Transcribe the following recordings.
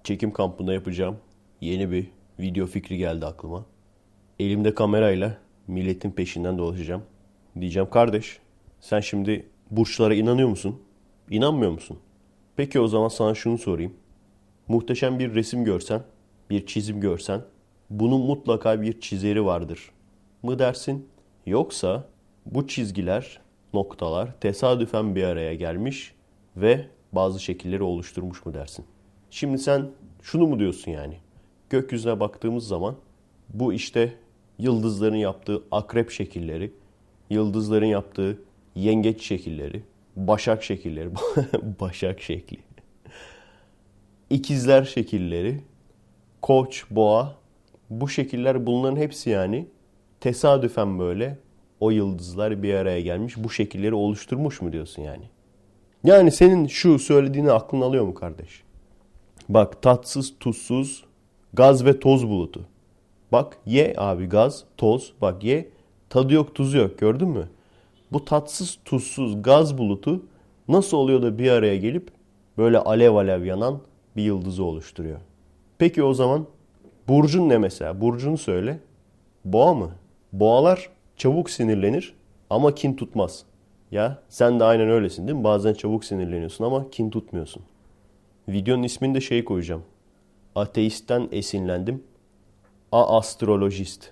çekim kampında yapacağım yeni bir video fikri geldi aklıma. Elimde kamerayla milletin peşinden dolaşacağım. Diyeceğim kardeş, sen şimdi burçlara inanıyor musun? İnanmıyor musun? Peki o zaman sana şunu sorayım. Muhteşem bir resim görsen, bir çizim görsen, bunun mutlaka bir çizeri vardır mı dersin? Yoksa bu çizgiler, noktalar tesadüfen bir araya gelmiş ve bazı şekilleri oluşturmuş mu dersin? Şimdi sen şunu mu diyorsun yani? Gökyüzüne baktığımız zaman bu işte yıldızların yaptığı akrep şekilleri, yıldızların yaptığı yengeç şekilleri, başak şekilleri, başak şekli, ikizler şekilleri, koç, boğa, bu şekiller bunların hepsi yani tesadüfen böyle o yıldızlar bir araya gelmiş bu şekilleri oluşturmuş mu diyorsun yani? Yani senin şu söylediğini aklın alıyor mu kardeş? Bak tatsız tuzsuz gaz ve toz bulutu. Bak ye abi gaz, toz. Bak ye tadı yok tuzu yok gördün mü? Bu tatsız tuzsuz gaz bulutu nasıl oluyor da bir araya gelip böyle alev alev yanan bir yıldızı oluşturuyor. Peki o zaman burcun ne mesela? Burcunu söyle. Boğa mı? Boğalar çabuk sinirlenir ama kin tutmaz. Ya sen de aynen öylesin değil mi? Bazen çabuk sinirleniyorsun ama kin tutmuyorsun. Videonun ismini de şey koyacağım. Ateistten esinlendim. Astrolojist.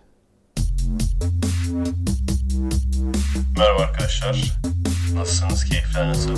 Merhaba arkadaşlar. Nasılsınız? Keyifler nasıl?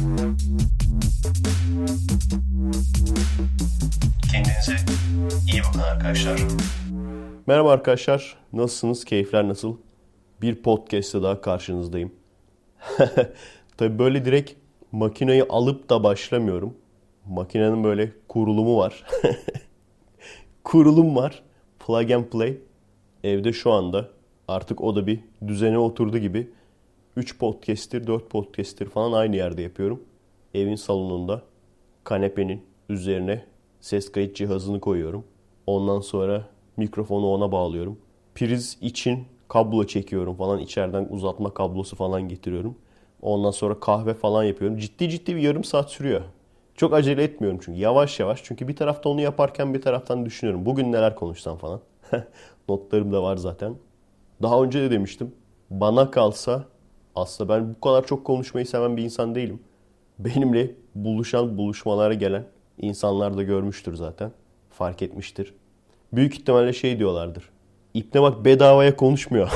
Kendinize iyi bakın arkadaşlar. Merhaba arkadaşlar. Nasılsınız? Keyifler nasıl? Bir podcast'ta daha karşınızdayım. Tabii böyle direkt makineyi alıp da başlamıyorum. Makinenin böyle kurulumu var. Kurulum var. Plug and play. Evde şu anda artık o da bir düzene oturdu gibi 3 podcast'tir, 4 podcast'tir falan aynı yerde yapıyorum. Evin salonunda kanepenin üzerine ses kayıt cihazını koyuyorum. Ondan sonra mikrofonu ona bağlıyorum. Priz için kablo çekiyorum falan. İçeriden uzatma kablosu falan getiriyorum. Ondan sonra kahve falan yapıyorum. Ciddi ciddi bir yarım saat sürüyor. Çok acele etmiyorum çünkü. Yavaş yavaş. Çünkü bir tarafta onu yaparken bir taraftan düşünüyorum. Bugün neler konuşsam falan. Notlarım da var zaten. Daha önce de demiştim. Bana kalsa aslında ben bu kadar çok konuşmayı seven bir insan değilim. Benimle buluşan, buluşmalara gelen insanlar da görmüştür zaten. Fark etmiştir. Büyük ihtimalle şey diyorlardır. İpne bak bedavaya konuşmuyor.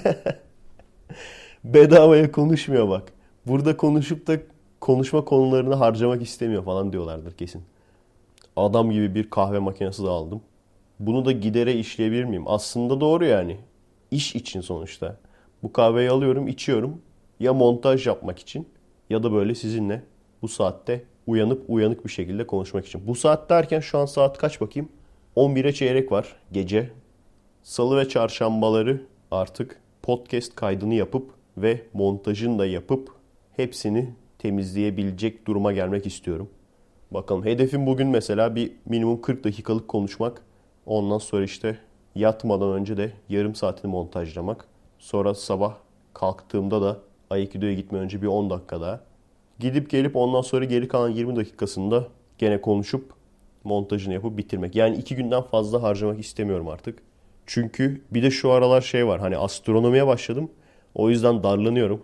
Bedavaya konuşmuyor bak. Burada konuşup da konuşma konularını harcamak istemiyor falan diyorlardır kesin. Adam gibi bir kahve makinesi de aldım. Bunu da gidere işleyebilir miyim? Aslında doğru yani. İş için sonuçta. Bu kahveyi alıyorum, içiyorum. Ya montaj yapmak için ya da böyle sizinle bu saatte uyanık bir şekilde konuşmak için. Bu saat derken şu an saat kaç bakayım? 11'e çeyrek var gece. Salı ve çarşambaları artık podcast kaydını yapıp ve montajını da yapıp hepsini temizleyebilecek duruma gelmek istiyorum. Bakalım hedefim bugün mesela bir minimum 40 dakikalık konuşmak. Ondan sonra işte yatmadan önce de yarım saatini montajlamak. Sonra sabah kalktığımda da Aikido'ya gitmeden önce bir 10 dakika daha. Gidip gelip ondan sonra geri kalan 20 dakikasında gene konuşup montajını yapıp bitirmek. Yani 2 günden fazla harcamak istemiyorum artık. Çünkü bir de şu aralar şey var. Hani astronomiye başladım. O yüzden darlanıyorum.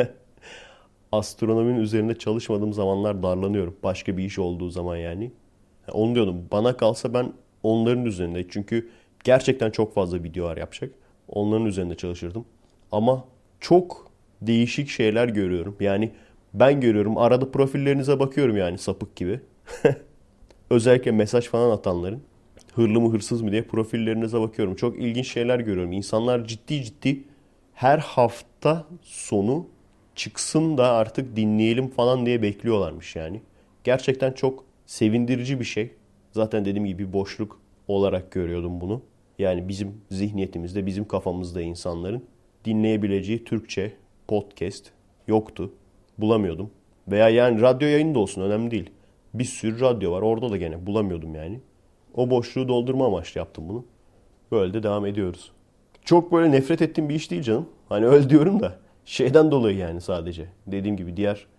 Astronominin üzerinde çalışmadığım zamanlar darlanıyorum. Başka bir iş olduğu zaman yani. Onu diyordum. Bana kalsa ben onların üzerinde. Çünkü gerçekten çok fazla video var yapacak. Onların üzerinde çalışırdım. Ama çok değişik şeyler görüyorum. Yani ben görüyorum. Arada profillerinize bakıyorum yani sapık gibi. Özellikle mesaj falan atanların. Hırlı mı hırsız mı diye profillerinize bakıyorum. Çok ilginç şeyler görüyorum. İnsanlar ciddi ciddi her hafta sonu çıksın da artık dinleyelim falan diye bekliyorlarmış yani. Gerçekten çok sevindirici bir şey. Zaten dediğim gibi bir boşluk olarak görüyordum bunu. Yani bizim zihniyetimizde, bizim kafamızda insanların dinleyebileceği Türkçe podcast yoktu. Bulamıyordum. Veya yani radyo yayını da olsun önemli değil. Bir sürü radyo var. Orada da gene bulamıyordum yani. O boşluğu doldurma amaçlı yaptım bunu. Böyle de devam ediyoruz. Çok böyle nefret ettiğim bir iş değil canım. Hani öyle diyorum da şeyden dolayı yani sadece. Dediğim gibi diğer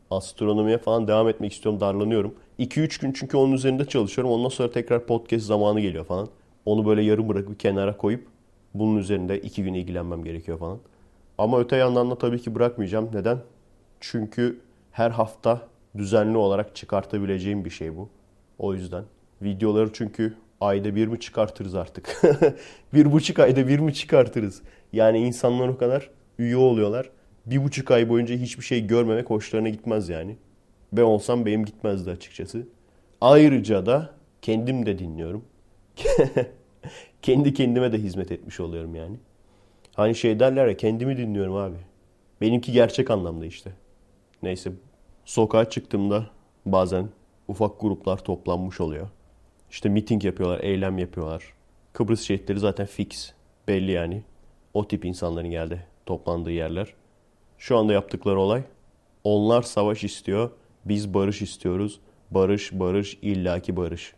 Astronomiye falan devam etmek istiyorum. Darlanıyorum. 2-3 gün çünkü onun üzerinde çalışıyorum. Ondan sonra tekrar podcast zamanı geliyor falan. Onu böyle yarım bırakıp kenara koyup bunun üzerinde 2 gün ilgilenmem gerekiyor falan. Ama öte yandan da tabii ki bırakmayacağım. Neden? Çünkü her hafta düzenli olarak çıkartabileceğim bir şey bu. O yüzden. Videoları çünkü ayda bir mi çıkartırız artık? 1,5 ayda bir mi çıkartırız? Yani insanlar o kadar üye oluyorlar. 1,5 ay boyunca hiçbir şey görmemek hoşlarına gitmez yani. Ben olsam benim gitmezdi açıkçası. Ayrıca da kendim de dinliyorum. Kendi kendime de hizmet etmiş oluyorum yani. Hani şey derler ya, kendimi dinliyorum abi. Benimki gerçek anlamda işte. Neyse, sokağa çıktığımda bazen ufak gruplar toplanmış oluyor. İşte miting yapıyorlar, eylem yapıyorlar. Kıbrıs şehitleri zaten fix, belli yani. O tip insanların geldi toplandığı yerler. Şu anda yaptıkları olay, onlar savaş istiyor, biz barış istiyoruz. Barış, barış, illaki barış.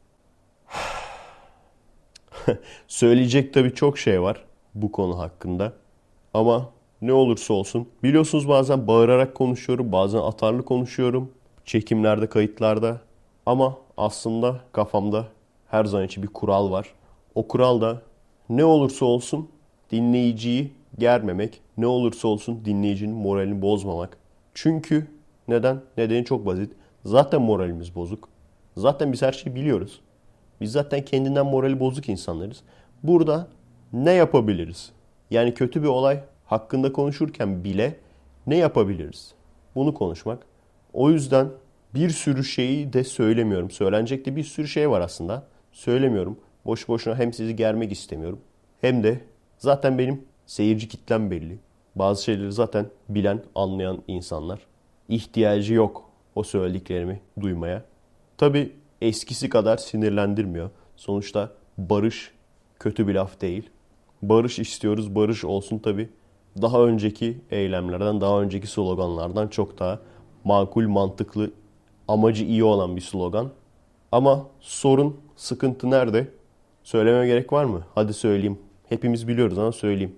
Söyleyecek tabii çok şey var bu konu hakkında. Ama ne olursa olsun, biliyorsunuz bazen bağırarak konuşuyorum, bazen atarlı konuşuyorum. Çekimlerde, kayıtlarda. Ama aslında kafamda her zaman için bir kural var. O kural da ne olursa olsun dinleyiciyi germemek, ne olursa olsun dinleyicinin moralini bozmamak. Çünkü neden? Nedeni çok basit. Zaten moralimiz bozuk. Zaten biz her şeyi biliyoruz. Biz zaten kendinden morali bozuk insanlarız. Burada ne yapabiliriz? Yani kötü bir olay hakkında konuşurken bile ne yapabiliriz? Bunu konuşmak. O yüzden bir sürü şeyi de söylemiyorum. Söylenecek de bir sürü şey var aslında. Söylemiyorum. Boş boşuna hem sizi germek istemiyorum. Hem de zaten benim seyirci kitlem belli. Bazı şeyleri zaten bilen, anlayan insanlar. İhtiyacı yok o söylediklerimi duymaya. Tabii eskisi kadar sinirlendirmiyor. Sonuçta barış kötü bir laf değil. Barış istiyoruz, barış olsun tabii. Daha önceki eylemlerden, daha önceki sloganlardan çok daha makul, mantıklı, amacı iyi olan bir slogan. Ama sorun, sıkıntı nerede? Söylememe gerek var mı? Hadi söyleyeyim. Hepimiz biliyoruz ama söyleyeyim.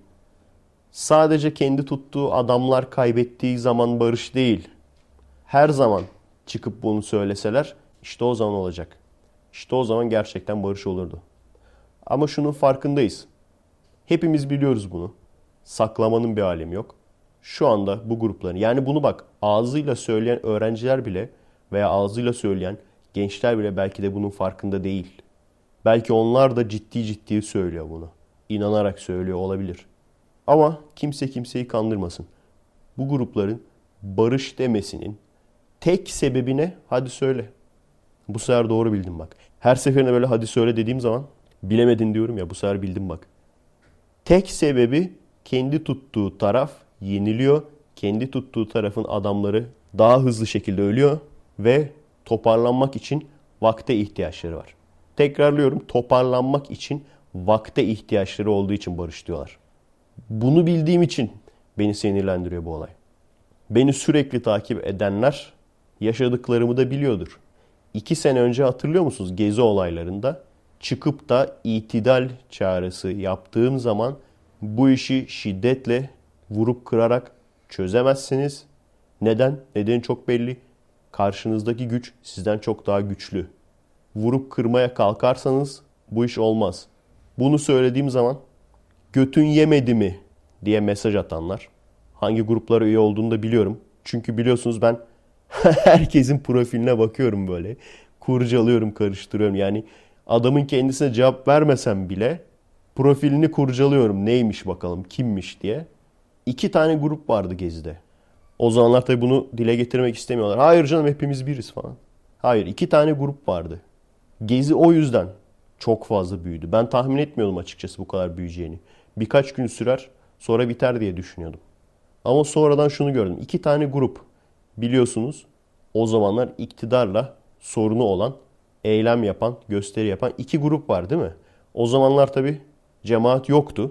Sadece kendi tuttuğu adamlar kaybettiği zaman barış değil. Her zaman çıkıp bunu söyleseler işte o zaman olacak. İşte o zaman gerçekten barış olurdu. Ama şunun farkındayız. Hepimiz biliyoruz bunu. Saklamanın bir alemi yok. Şu anda bu grupların, yani bunu bak, ağzıyla söyleyen öğrenciler bile veya ağzıyla söyleyen gençler bile belki de bunun farkında değil. Belki onlar da ciddi ciddi söylüyor bunu. İnanarak söylüyor olabilir. Ama kimse kimseyi kandırmasın. Bu grupların barış demesinin tek sebebi ne? Hadi söyle. Bu sefer doğru bildim bak. Her seferinde böyle hadi söyle dediğim zaman bilemedin diyorum ya, bu sefer bildim bak. Tek sebebi kendi tuttuğu taraf yeniliyor. Kendi tuttuğu tarafın adamları daha hızlı şekilde ölüyor ve toparlanmak için vakte ihtiyaçları var. Tekrarlıyorum, toparlanmak için vakte ihtiyaçları olduğu için barış diyorlar. Bunu bildiğim için beni sinirlendiriyor bu olay. Beni sürekli takip edenler yaşadıklarımı da biliyordur. 2 sene önce hatırlıyor musunuz gezi olaylarında çıkıp da itidal çağrısı yaptığım zaman bu işi şiddetle vurup kırarak çözemezsiniz. Neden? Nedeni çok belli. Karşınızdaki güç sizden çok daha güçlü. Vurup kırmaya kalkarsanız bu iş olmaz. Bunu söylediğim zaman götün yemedi mi diye mesaj atanlar. Hangi gruplara üye olduğunu da biliyorum. Çünkü biliyorsunuz ben herkesin profiline bakıyorum böyle. Kurcalıyorum, karıştırıyorum. Yani adamın kendisine cevap vermesem bile profilini kurcalıyorum. Neymiş bakalım, kimmiş diye. 2 tane grup vardı Gezi'de. O zamanlar tabii bunu dile getirmek istemiyorlar. Hayır canım, hepimiz biriz falan. Hayır, 2 tane grup vardı. Gezi o yüzden çok fazla büyüdü. Ben tahmin etmiyordum açıkçası bu kadar büyüyeceğini. Birkaç gün sürer, sonra biter diye düşünüyordum. Ama sonradan şunu gördüm. 2 tane grup, biliyorsunuz o zamanlar iktidarla sorunu olan, eylem yapan, gösteri yapan 2 grup var değil mi? O zamanlar tabii cemaat yoktu.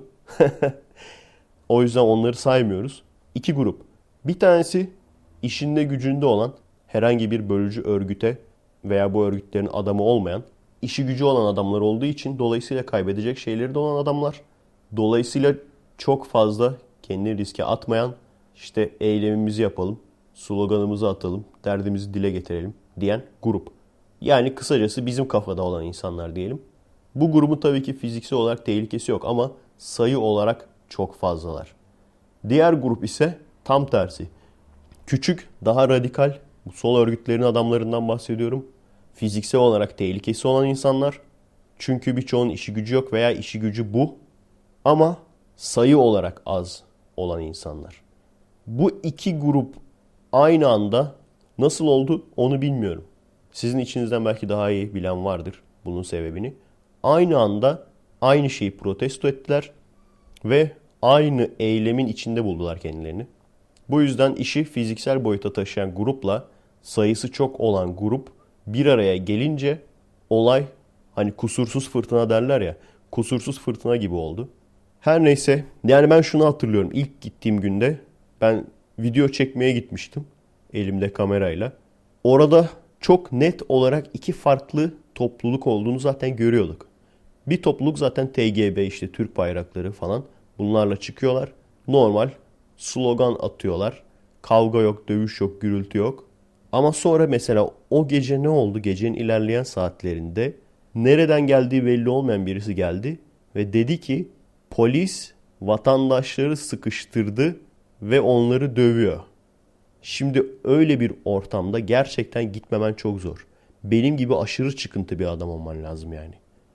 O yüzden onları saymıyoruz. 2 grup. Bir tanesi işinde gücünde olan, herhangi bir bölücü örgüte veya bu örgütlerin adamı olmayan, işi gücü olan adamlar olduğu için dolayısıyla kaybedecek şeyleri de olan adamlar. Dolayısıyla çok fazla kendini riske atmayan, işte eylemimizi yapalım, sloganımızı atalım, derdimizi dile getirelim diyen grup. Yani kısacası bizim kafada olan insanlar diyelim. Bu grubun tabii ki fiziksel olarak tehlikesi yok ama sayı olarak çok fazlalar. Diğer grup ise tam tersi. Küçük, daha radikal, bu sol örgütlerin adamlarından bahsediyorum. Fiziksel olarak tehlikesi olan insanlar. Çünkü birçoğunun işi gücü yok veya işi gücü bu. Ama sayı olarak az olan insanlar. Bu iki grup aynı anda nasıl oldu onu bilmiyorum. Sizin içinizden belki daha iyi bilen vardır bunun sebebini. Aynı anda aynı şeyi protesto ettiler ve aynı eylemin içinde buldular kendilerini. Bu yüzden işi fiziksel boyuta taşıyan grupla sayısı çok olan grup bir araya gelince olay hani kusursuz fırtına derler ya, kusursuz fırtına gibi oldu. Her neyse yani ben şunu hatırlıyorum. İlk gittiğim günde ben video çekmeye gitmiştim elimde kamerayla. Orada çok net olarak iki farklı topluluk olduğunu zaten görüyorduk. Bir topluluk zaten TGB işte Türk bayrakları falan bunlarla çıkıyorlar. Normal slogan atıyorlar. Kavga yok, dövüş yok, gürültü yok. Ama sonra mesela o gece ne oldu? Gecenin ilerleyen saatlerinde nereden geldiği belli olmayan birisi geldi ve dedi ki polis vatandaşları sıkıştırdı ve onları dövüyor. Şimdi öyle bir ortamda gerçekten gitmemen çok zor. Benim gibi aşırı çıkıntı bir adam olman lazım yani.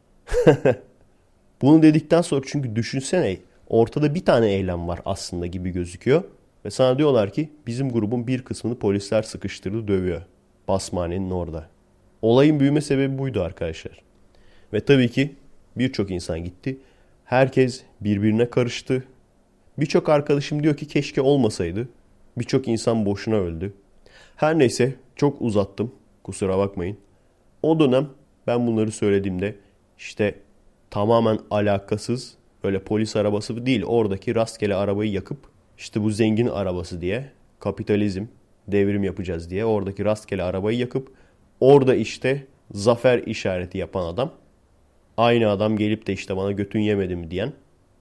Bunu dedikten sonra çünkü düşünsene ortada bir tane eylem var aslında gibi gözüküyor. Ve sana diyorlar ki bizim grubun bir kısmını polisler sıkıştırdı dövüyor. Basmane'nin orada. Olayın büyüme sebebi buydu arkadaşlar. Ve tabii ki birçok insan gitti. Herkes birbirine karıştı. Birçok arkadaşım diyor ki keşke olmasaydı. Birçok insan boşuna öldü. Her neyse çok uzattım. Kusura bakmayın. O dönem ben bunları söylediğimde işte tamamen alakasız böyle polis arabası değil oradaki rastgele arabayı yakıp işte bu zengin arabası diye kapitalizm devrim yapacağız diye oradaki rastgele arabayı yakıp orada işte zafer işareti yapan adam aynı adam gelip de işte bana götün yemedi mi diyen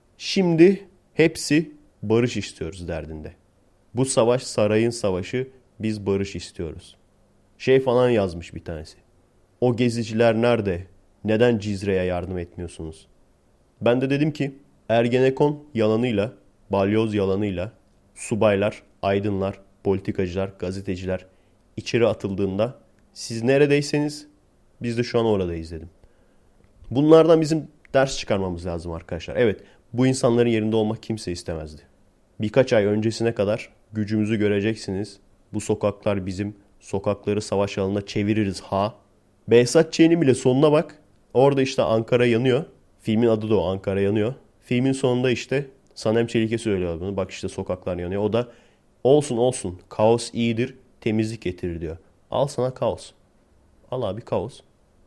şimdi hepsi barış istiyoruz derdinde. Bu savaş sarayın savaşı biz barış istiyoruz. Şey falan yazmış bir tanesi. O geziciler nerede? Neden Cizre'ye yardım etmiyorsunuz? Ben de dedim ki Ergenekon yalanıyla, balyoz yalanıyla subaylar, aydınlar, politikacılar, gazeteciler içeri atıldığında siz neredeyseniz biz de şu an oradayız dedim. Bunlardan bizim ders çıkarmamız lazım arkadaşlar. Evet bu insanların yerinde olmak kimse istemezdi. Birkaç ay öncesine kadar gücümüzü göreceksiniz. Bu sokaklar bizim, sokakları savaş alanına çeviririz ha. Behzat Ç'nin bile sonuna bak. Orada işte Ankara yanıyor. Filmin adı da o Ankara yanıyor. Filmin sonunda işte Sanem Çelik'e söylüyor bunu. Bak işte sokaklar yanıyor. O da olsun olsun kaos iyidir temizlik getirir diyor. Al sana kaos. Al abi kaos.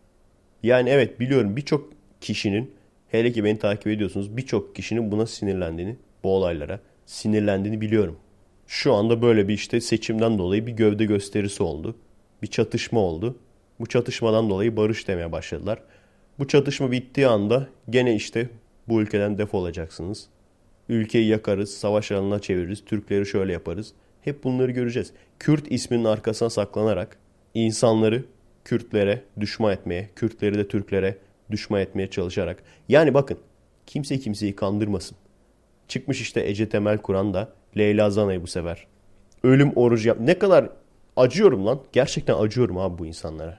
Yani evet biliyorum birçok kişinin hele ki beni takip ediyorsunuz birçok kişinin buna sinirlendiğini bu olaylara sinirlendiğini biliyorum. Şu anda böyle bir işte seçimden dolayı bir gövde gösterisi oldu. Bir çatışma oldu. Bu çatışmadan dolayı barış demeye başladılar. Bu çatışma bittiği anda gene işte bu ülkeden defolacaksınız. Ülkeyi yakarız, savaş alanına çeviririz, Türkleri şöyle yaparız. Hep bunları göreceğiz. Kürt isminin arkasına saklanarak insanları Kürtlere düşman etmeye, Kürtleri de Türklere düşman etmeye çalışarak. Yani bakın kimse kimseyi kandırmasın. Çıkmış işte Ece Temel Kur'an da Leyla Zana'yı bu sefer. Ölüm orucu yap. Ne kadar acıyorum lan. Gerçekten acıyorum abi bu insanlara.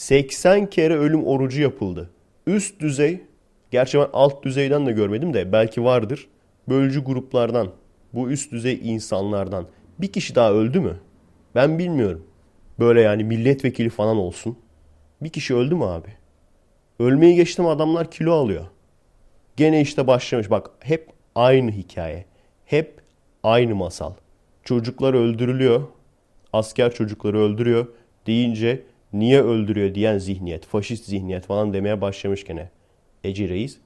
80 kere ölüm orucu yapıldı. Üst düzey, gerçi ben alt düzeyden de görmedim de belki vardır. Bölücü gruplardan, bu üst düzey insanlardan bir kişi daha öldü mü? Ben bilmiyorum. Böyle yani milletvekili falan olsun. Bir kişi öldü mü abi? Ölmeyi geçtim adamlar kilo alıyor. Gene işte başlamış. Bak hep aynı hikaye. Hep aynı masal. Çocuklar öldürülüyor. Asker çocukları öldürüyor deyince niye öldürüyor diyen zihniyet, faşist zihniyet falan demeye başlamış gene. Ece Reis.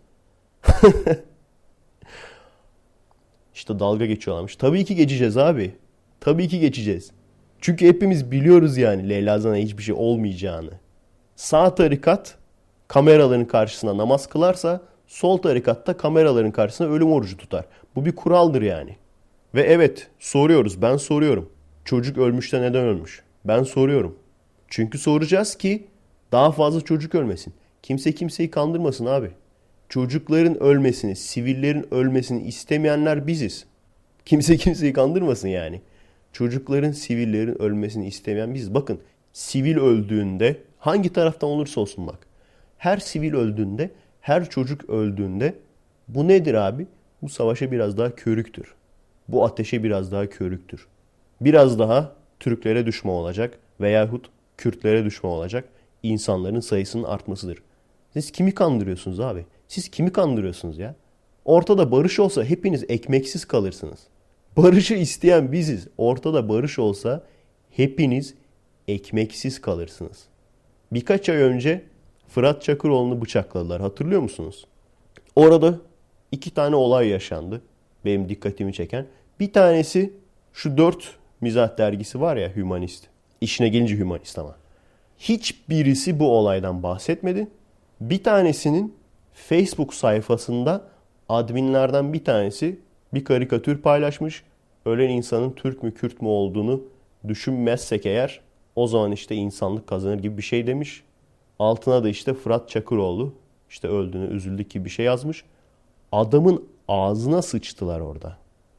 İşte dalga geçiyorlarmış. Tabii ki geçeceğiz abi. Tabii ki geçeceğiz. Çünkü hepimiz biliyoruz yani Leyla Zana hiçbir şey olmayacağını. Sağ tarikat kameraların karşısına namaz kılarsa sol tarikatta kameraların karşısına ölüm orucu tutar. Bu bir kuraldır yani. Ve evet soruyoruz ben soruyorum. Çocuk ölmüş de neden ölmüş? Ben soruyorum. Çünkü soracağız ki daha fazla çocuk ölmesin. Kimse kimseyi kandırmasın abi. Çocukların ölmesini, sivillerin ölmesini istemeyenler biziz. Kimse kimseyi kandırmasın yani. Çocukların, sivillerin ölmesini istemeyen biziz. Bakın, sivil öldüğünde hangi taraftan olursa olsun bak. Her sivil öldüğünde, her çocuk öldüğünde bu nedir abi? Bu savaşa biraz daha körüktür. Bu ateşe biraz daha körüktür. Biraz daha Türklere düşman olacak veyahut Kürtlere düşman olacak insanların sayısının artmasıdır. Siz kimi kandırıyorsunuz abi? Siz kimi kandırıyorsunuz ya? Ortada barış olsa hepiniz ekmeksiz kalırsınız. Barışı isteyen biziz. Ortada barış olsa hepiniz ekmeksiz kalırsınız. Birkaç ay önce Fırat Çakıroğlu'nu bıçakladılar. Hatırlıyor musunuz? Orada iki tane olay yaşandı. Benim dikkatimi çeken. Bir tanesi şu 4 mizah dergisi var ya, Hümanist. İşine gelince Hümanist ama. Hiçbirisi bu olaydan bahsetmedi. Bir tanesinin Facebook sayfasında adminlerden bir tanesi bir karikatür paylaşmış. Ölen insanın Türk mü Kürt mü olduğunu düşünmezsek eğer o zaman işte insanlık kazanır gibi bir şey demiş. Altına da işte Fırat Çakıroğlu işte öldüğüne üzüldük gibi bir şey yazmış. Adamın ağzına sıçtılar orada.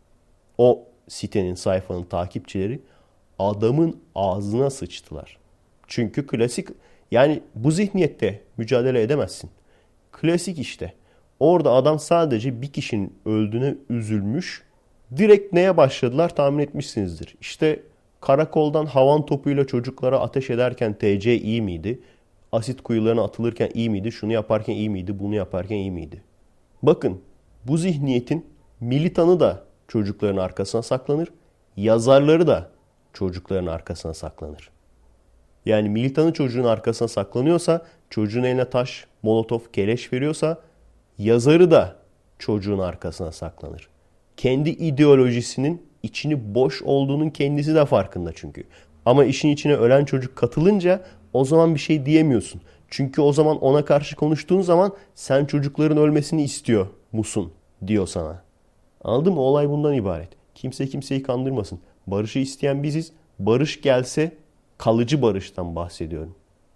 O sitenin, sayfanın takipçileri adamın ağzına sıçtılar. Çünkü klasik, yani bu zihniyette mücadele edemezsin. Klasik işte. Orada adam sadece bir kişinin öldüğüne üzülmüş. Direkt neye başladılar tahmin etmişsinizdir. İşte karakoldan havan topuyla çocuklara ateş ederken TC iyi miydi? Asit kuyularına atılırken iyi miydi? Şunu yaparken iyi miydi? Bunu yaparken iyi miydi? Bakın, bu zihniyetin militanı da çocukların arkasına saklanır. Yazarları da çocukların arkasına saklanır. Yani militanı çocuğun arkasına saklanıyorsa, çocuğun eline taş, molotof, keleş veriyorsa yazarı da çocuğun arkasına saklanır. Kendi ideolojisinin içini boş olduğunun kendisi de farkında çünkü. Ama işin içine ölen çocuk katılınca o zaman bir şey diyemiyorsun. Çünkü o zaman ona karşı konuştuğun zaman sen çocukların ölmesini istiyor musun diyor sana. Anladın mı? Olay bundan ibaret. Kimse kimseyi kandırmasın. Barışı isteyen biziz. Barış gelse kalıcı barıştan bahsediyorum.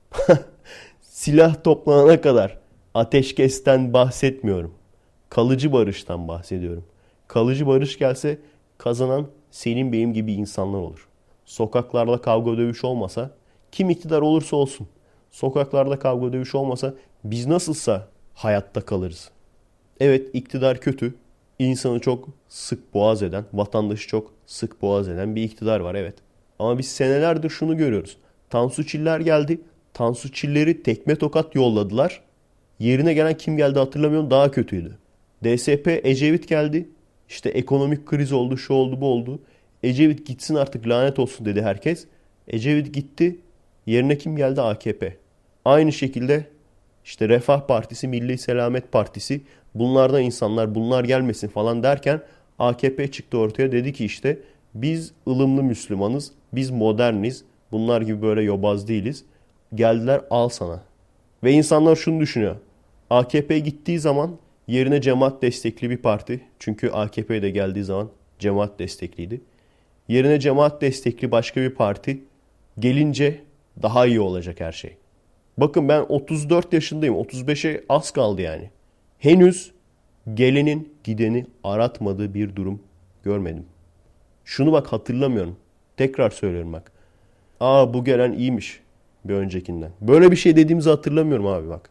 Silah toplanana kadar ateşkesten bahsetmiyorum. Kalıcı barıştan bahsediyorum. Kalıcı barış gelse kazanan senin benim gibi insanlar olur. Sokaklarda kavga dövüş olmasa, kim iktidar olursa olsun, sokaklarda kavga dövüş olmasa biz nasılsa hayatta kalırız. Evet, iktidar kötü. İnsanı çok sık boğaz eden, vatandaşı çok sık boğaz eden bir iktidar var, evet. Ama biz senelerdir şunu görüyoruz. Tansu Çiller geldi. Tansu Çiller'i tekme tokat yolladılar. Yerine gelen kim geldi hatırlamıyorum, daha kötüydü. DSP Ecevit geldi. İşte ekonomik kriz oldu, şu oldu, bu oldu. Ecevit gitsin artık, lanet olsun dedi herkes. Ecevit gitti. Yerine kim geldi? AKP. Aynı şekilde işte Refah Partisi, Milli Selamet Partisi, bunlardan insanlar, bunlar gelmesin falan derken AKP çıktı ortaya, dedi ki işte biz ılımlı Müslümanız, biz moderniz, bunlar gibi böyle yobaz değiliz. Geldiler, al sana. Ve insanlar şunu düşünüyor. AKP gittiği zaman yerine cemaat destekli bir parti, çünkü AKP de geldiği zaman cemaat destekliydi. Yerine cemaat destekli başka bir parti gelince daha iyi olacak her şey. Bakın, ben 34 yaşındayım. 35'e az kaldı yani. Henüz gelenin gideni aratmadığı bir durum görmedim. Şunu bak, hatırlamıyorum. Tekrar söylüyorum bak. Aa, bu gelen iyiymiş bir öncekinden. Böyle bir şey dediğimizi hatırlamıyorum abi bak.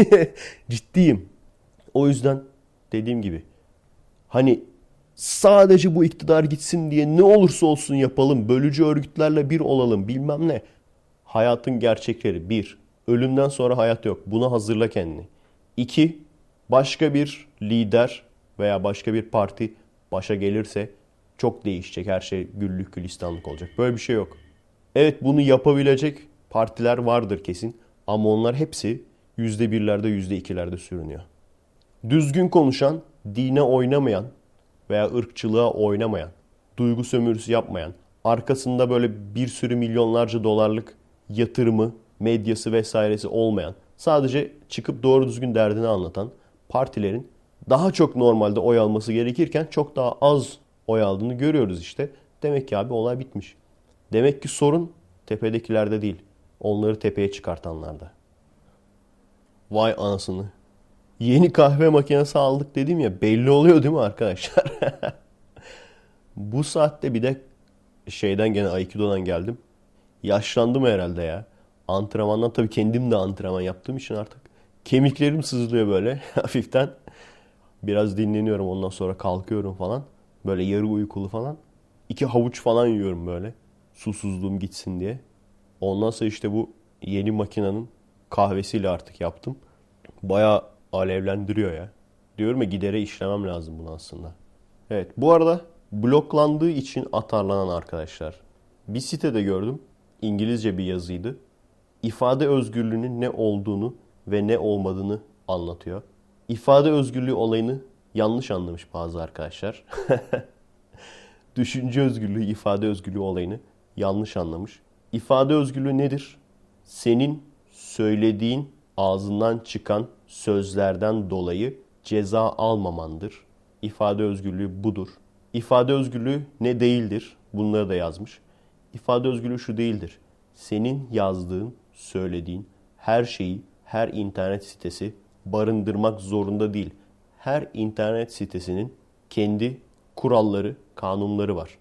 Ciddiyim. O yüzden dediğim gibi hani sadece bu iktidar gitsin diye ne olursa olsun yapalım, bölücü örgütlerle bir olalım bilmem ne. Hayatın gerçekleri: bir, ölümden sonra hayat yok. Buna hazırla kendini. İki, başka bir lider veya başka bir parti başa gelirse çok değişecek. Her şey güllük gülistanlık olacak. Böyle bir şey yok. Evet, bunu yapabilecek partiler vardır kesin. Ama onlar hepsi %1'lerde, %2'lerde sürünüyor. Düzgün konuşan, dine oynamayan veya ırkçılığa oynamayan, duygu sömürüsü yapmayan, arkasında böyle bir sürü milyonlarca dolarlık yatırımı, medyası vesairesi olmayan, sadece çıkıp doğru düzgün derdini anlatan partilerin daha çok normalde oy alması gerekirken çok daha az oy aldığını görüyoruz işte. Demek ki abi olay bitmiş. Demek ki sorun tepedekilerde değil. Onları tepeye çıkartanlarda. Vay anasını. Yeni kahve makinesi aldık dedim ya, belli oluyor değil mi arkadaşlar? Bu saatte bir de şeyden, gene Aikido'dan geldim. Yaşlandım herhalde ya. Antrenmandan tabii, kendim de antrenman yaptığım için artık kemiklerim sızlıyor böyle hafiften. Biraz dinleniyorum, ondan sonra kalkıyorum falan. Böyle yarı uykulu falan. 2 havuç falan yiyorum böyle. Susuzluğum gitsin diye. Ondan sonra işte bu yeni makinenin kahvesiyle artık yaptım. Bayağı alevlendiriyor ya. Diyorum ya, gidere işlemem lazım bunu aslında. Evet, bu arada bloklandığı için atarlanan arkadaşlar. Bir sitede gördüm. İngilizce bir yazıydı. İfade özgürlüğünün ne olduğunu ve ne olmadığını anlatıyor. İfade özgürlüğü olayını yanlış anlamış bazı arkadaşlar. Düşünce özgürlüğü, ifade özgürlüğü olayını yanlış anlamış. İfade özgürlüğü nedir? Senin söylediğin, ağzından çıkan sözlerden dolayı ceza almamandır. İfade özgürlüğü budur. İfade özgürlüğü ne değildir? Bunları da yazmış. İfade özgürlüğü şu değildir. Senin yazdığın, söylediğin her şeyi her internet sitesi barındırmak zorunda değil. Her internet sitesinin kendi kuralları, kanunları var.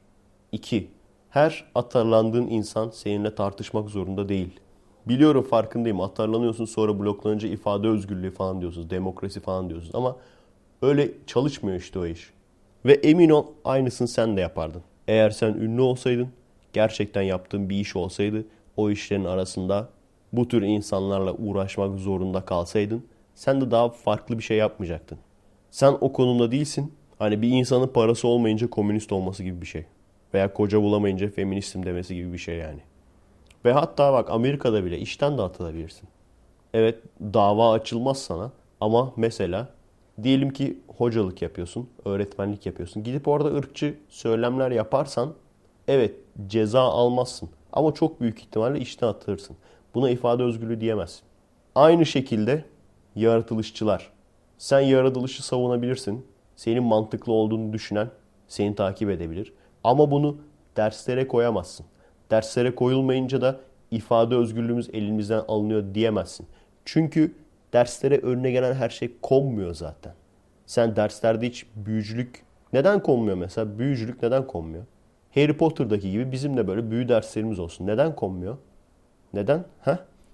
2. Her atarlandığın insan seninle tartışmak zorunda değil. Biliyorum, farkındayım. Atarlanıyorsun, sonra bloklanınca ifade özgürlüğü falan diyorsunuz. Demokrasi falan diyorsunuz. Ama öyle çalışmıyor işte o iş. Ve emin ol, aynısını sen de yapardın. Eğer sen ünlü olsaydın, gerçekten yaptığın bir iş olsaydı, o işlerin arasında bu tür insanlarla uğraşmak zorunda kalsaydın, sen de daha farklı bir şey yapmayacaktın. Sen o konumda değilsin. Hani bir insanın parası olmayınca komünist olması gibi bir şey. Veya koca bulamayınca feministim demesi gibi bir şey yani. Ve hatta bak, Amerika'da bile işten de atılabilirsin. Evet, dava açılmaz sana, ama mesela diyelim ki hocalık yapıyorsun, öğretmenlik yapıyorsun. Gidip orada ırkçı söylemler yaparsan evet, ceza almazsın. Ama çok büyük ihtimalle işten atılırsın. Buna ifade özgürlüğü diyemezsin. Aynı şekilde yaratılışçılar. Sen yaratılışı savunabilirsin. Senin mantıklı olduğunu düşünen seni takip edebilir. Ama bunu derslere koyamazsın. Derslere koyulmayınca da ifade özgürlüğümüz elimizden alınıyor diyemezsin. Çünkü derslere önüne gelen her şey konmuyor zaten. Sen derslerde hiç büyücülük neden konmuyor mesela? Büyücülük neden konmuyor? Harry Potter'daki gibi bizim de böyle büyü derslerimiz olsun. Neden konmuyor? Neden? Heh?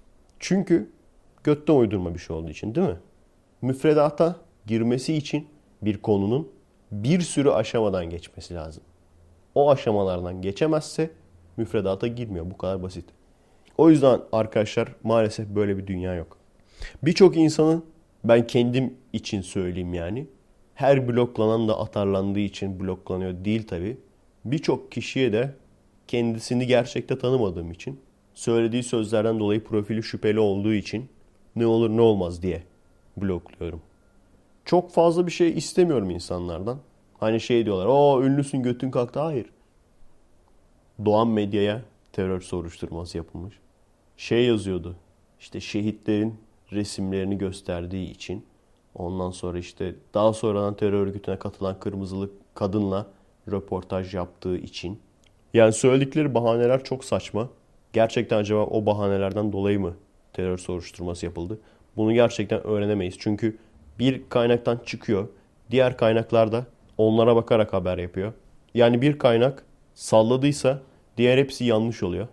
Çünkü götten uydurma bir şey olduğu için, değil mi? Müfredata girmesi için bir konunun bir sürü aşamadan geçmesi lazım. O aşamalardan geçemezse müfredata girmiyor. Bu kadar basit. O yüzden arkadaşlar, maalesef böyle bir dünya yok. Birçok insanın, ben kendim için söyleyeyim yani, her bloklanan da atarlandığı için bloklanıyor değil tabi. Birçok kişiye de kendisini gerçekte tanımadığım için, söylediği sözlerden dolayı profili şüpheli olduğu için ne olur ne olmaz diye blokluyorum. Çok fazla bir şey istemiyorum insanlardan. Hani şey diyorlar, o ünlüsün götün kalktı. Hayır. Doğan Medya'ya terör soruşturması yapılmış. Şey yazıyordu, işte şehitlerin resimlerini gösterdiği için, ondan sonra işte daha sonradan terör örgütüne katılan kırmızılı kadınla röportaj yaptığı için. Yani söyledikleri bahaneler çok saçma. Gerçekten acaba o bahanelerden dolayı mı terör soruşturması yapıldı? Bunu gerçekten öğrenemeyiz. Çünkü bir kaynaktan çıkıyor, diğer kaynaklar da onlara bakarak haber yapıyor. Yani bir kaynak salladıysa diğer hepsi yanlış oluyor.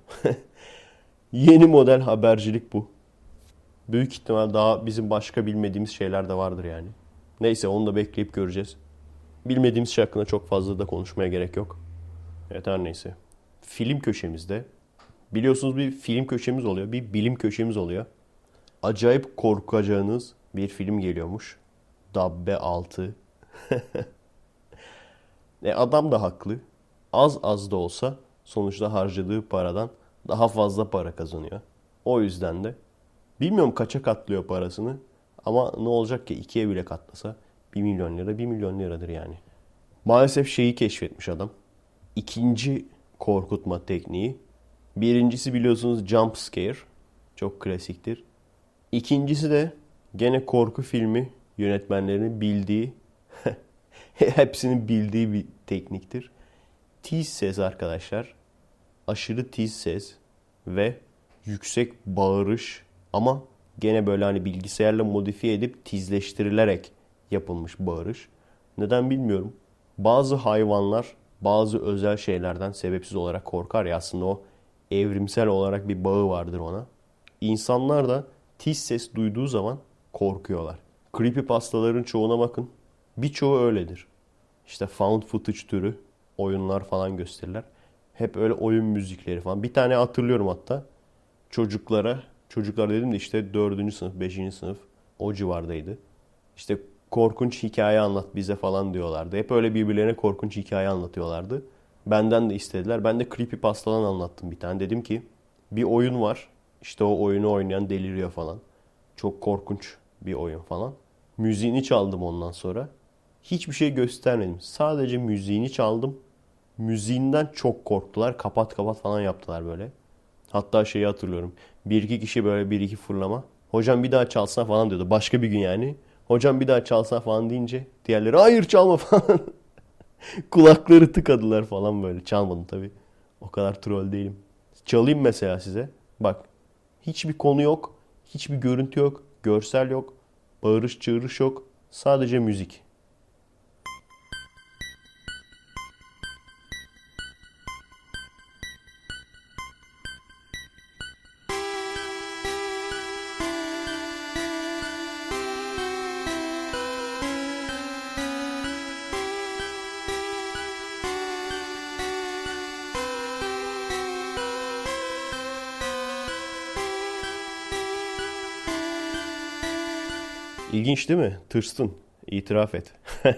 Yeni model habercilik bu. Büyük ihtimal daha bizim başka bilmediğimiz şeyler de vardır yani. Neyse, onu da bekleyip göreceğiz. Bilmediğimiz şey hakkında çok fazla da konuşmaya gerek yok. Evet, her neyse. Film köşemizde, biliyorsunuz, bir film köşemiz oluyor. Bir bilim köşemiz oluyor. Acayip korkacağınız bir film geliyormuş. Dabbe 6. Adam da haklı. Az az da olsa sonuçta harcadığı paradan daha fazla para kazanıyor. O yüzden de bilmiyorum kaça katlıyor parasını, ama ne olacak ki, ikiye bile katlasa 1 milyon lira 1 milyon liradır yani. Maalesef şeyi keşfetmiş adam. İkinci korkutma tekniği. Birincisi biliyorsunuz jump scare. Çok klasiktir. İkincisi de gene korku filmi yönetmenlerinin bildiği, hepsinin bildiği bir tekniktir. Tease ses arkadaşlar. aşırı tiz ses ve yüksek bağırış ama gene böyle hani bilgisayarla modifiye edip tizleştirilerek yapılmış bağırış. Neden bilmiyorum. Bazı hayvanlar bazı özel şeylerden sebepsiz olarak korkar ya, aslında o evrimsel olarak bir bağı vardır ona. İnsanlar da tiz ses duyduğu zaman korkuyorlar. Creepypastaların çoğuna bakın. Birçoğu öyledir. İşte found footage türü oyunlar falan gösterirler. Hep öyle oyun müzikleri falan. Bir tane hatırlıyorum hatta. Çocuklar dedim de işte dördüncü sınıf, beşinci sınıf o civardaydı. İşte korkunç hikaye anlat bize falan diyorlardı. Hep öyle birbirlerine korkunç hikaye anlatıyorlardı. Benden de istediler. Ben de creepypastadan anlattım bir tane. Dedim ki bir oyun var. İşte o oyunu oynayan deliriyor falan. Çok korkunç bir oyun falan. Müziğini çaldım ondan sonra. Hiçbir şey göstermedim. Sadece müziğini çaldım. Müziğinden çok korktular. Kapat kapat falan yaptılar böyle. Hatta şeyi hatırlıyorum. Bir iki kişi böyle bir iki fırlama. Hocam bir daha çalsana falan diyordu. Başka bir gün yani. Hocam bir daha çalsana falan deyince diğerleri hayır çalma falan. Kulakları tıkadılar falan böyle. Çalmadım tabii. O kadar troll değilim. Çalayım mesela size. Bak. Hiçbir konu yok. Hiçbir görüntü yok. Görsel yok. Bağırış çığırış yok. Sadece müzik. İlginç değil mi? Tırstın. İtiraf et.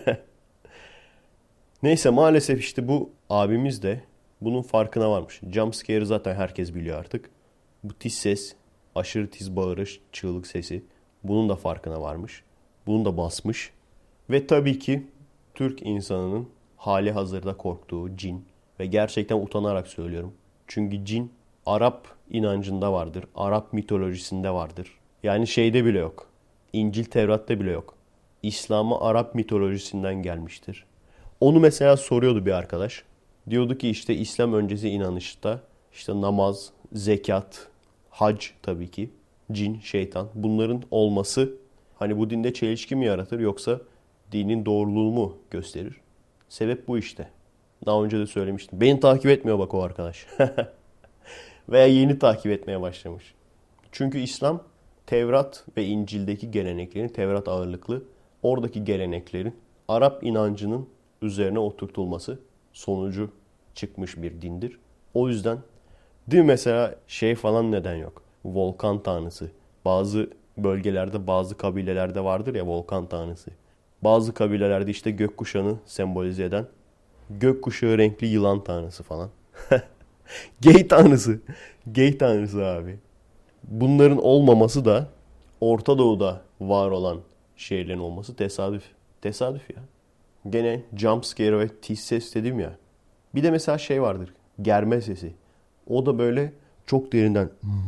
Neyse maalesef işte bu abimiz de bunun farkına varmış. Jumpscare'ı zaten herkes biliyor artık. Bu tiz ses, aşırı tiz bağırış, çığlık sesi bunun da farkına varmış. Bunu da basmış. Ve tabii ki Türk insanının hali hazırda korktuğu cin. Ve gerçekten utanarak söylüyorum. Çünkü cin Arap inancında vardır. Arap mitolojisinde vardır. Yani şeyde bile yok. İncil Tevrat'ta bile yok. İslam'a Arap mitolojisinden gelmiştir. Onu mesela soruyordu bir arkadaş. Diyordu ki işte İslam öncesi inanışta işte namaz, zekat, hac tabii ki, cin, şeytan bunların olması hani bu dinde çelişki mi yaratır yoksa dinin doğruluğunu mu gösterir? Sebep bu işte. Daha önce de söylemiştim. Beni takip etmiyor bak o arkadaş. Veya yeni takip etmeye başlamış. Çünkü İslam Tevrat ve İncil'deki geleneklerin, Tevrat ağırlıklı, oradaki geleneklerin Arap inancının üzerine oturtulması sonucu çıkmış bir dindir. O yüzden değil mi mesela şey falan neden yok? Volkan tanrısı. Bazı bölgelerde, bazı kabilelerde vardır ya volkan tanrısı. Bazı kabilelerde işte gökkuşağını sembolize eden gökkuşağı renkli yılan tanrısı falan. Gay tanrısı. Gay tanrısı abi. Bunların olmaması da Orta Doğu'da var olan şeylerin olması tesadüf. Tesadüf ya. Gene jump scare ve tiz ses dedim ya. Bir de mesela şey vardır. Germe sesi. O da böyle çok derinden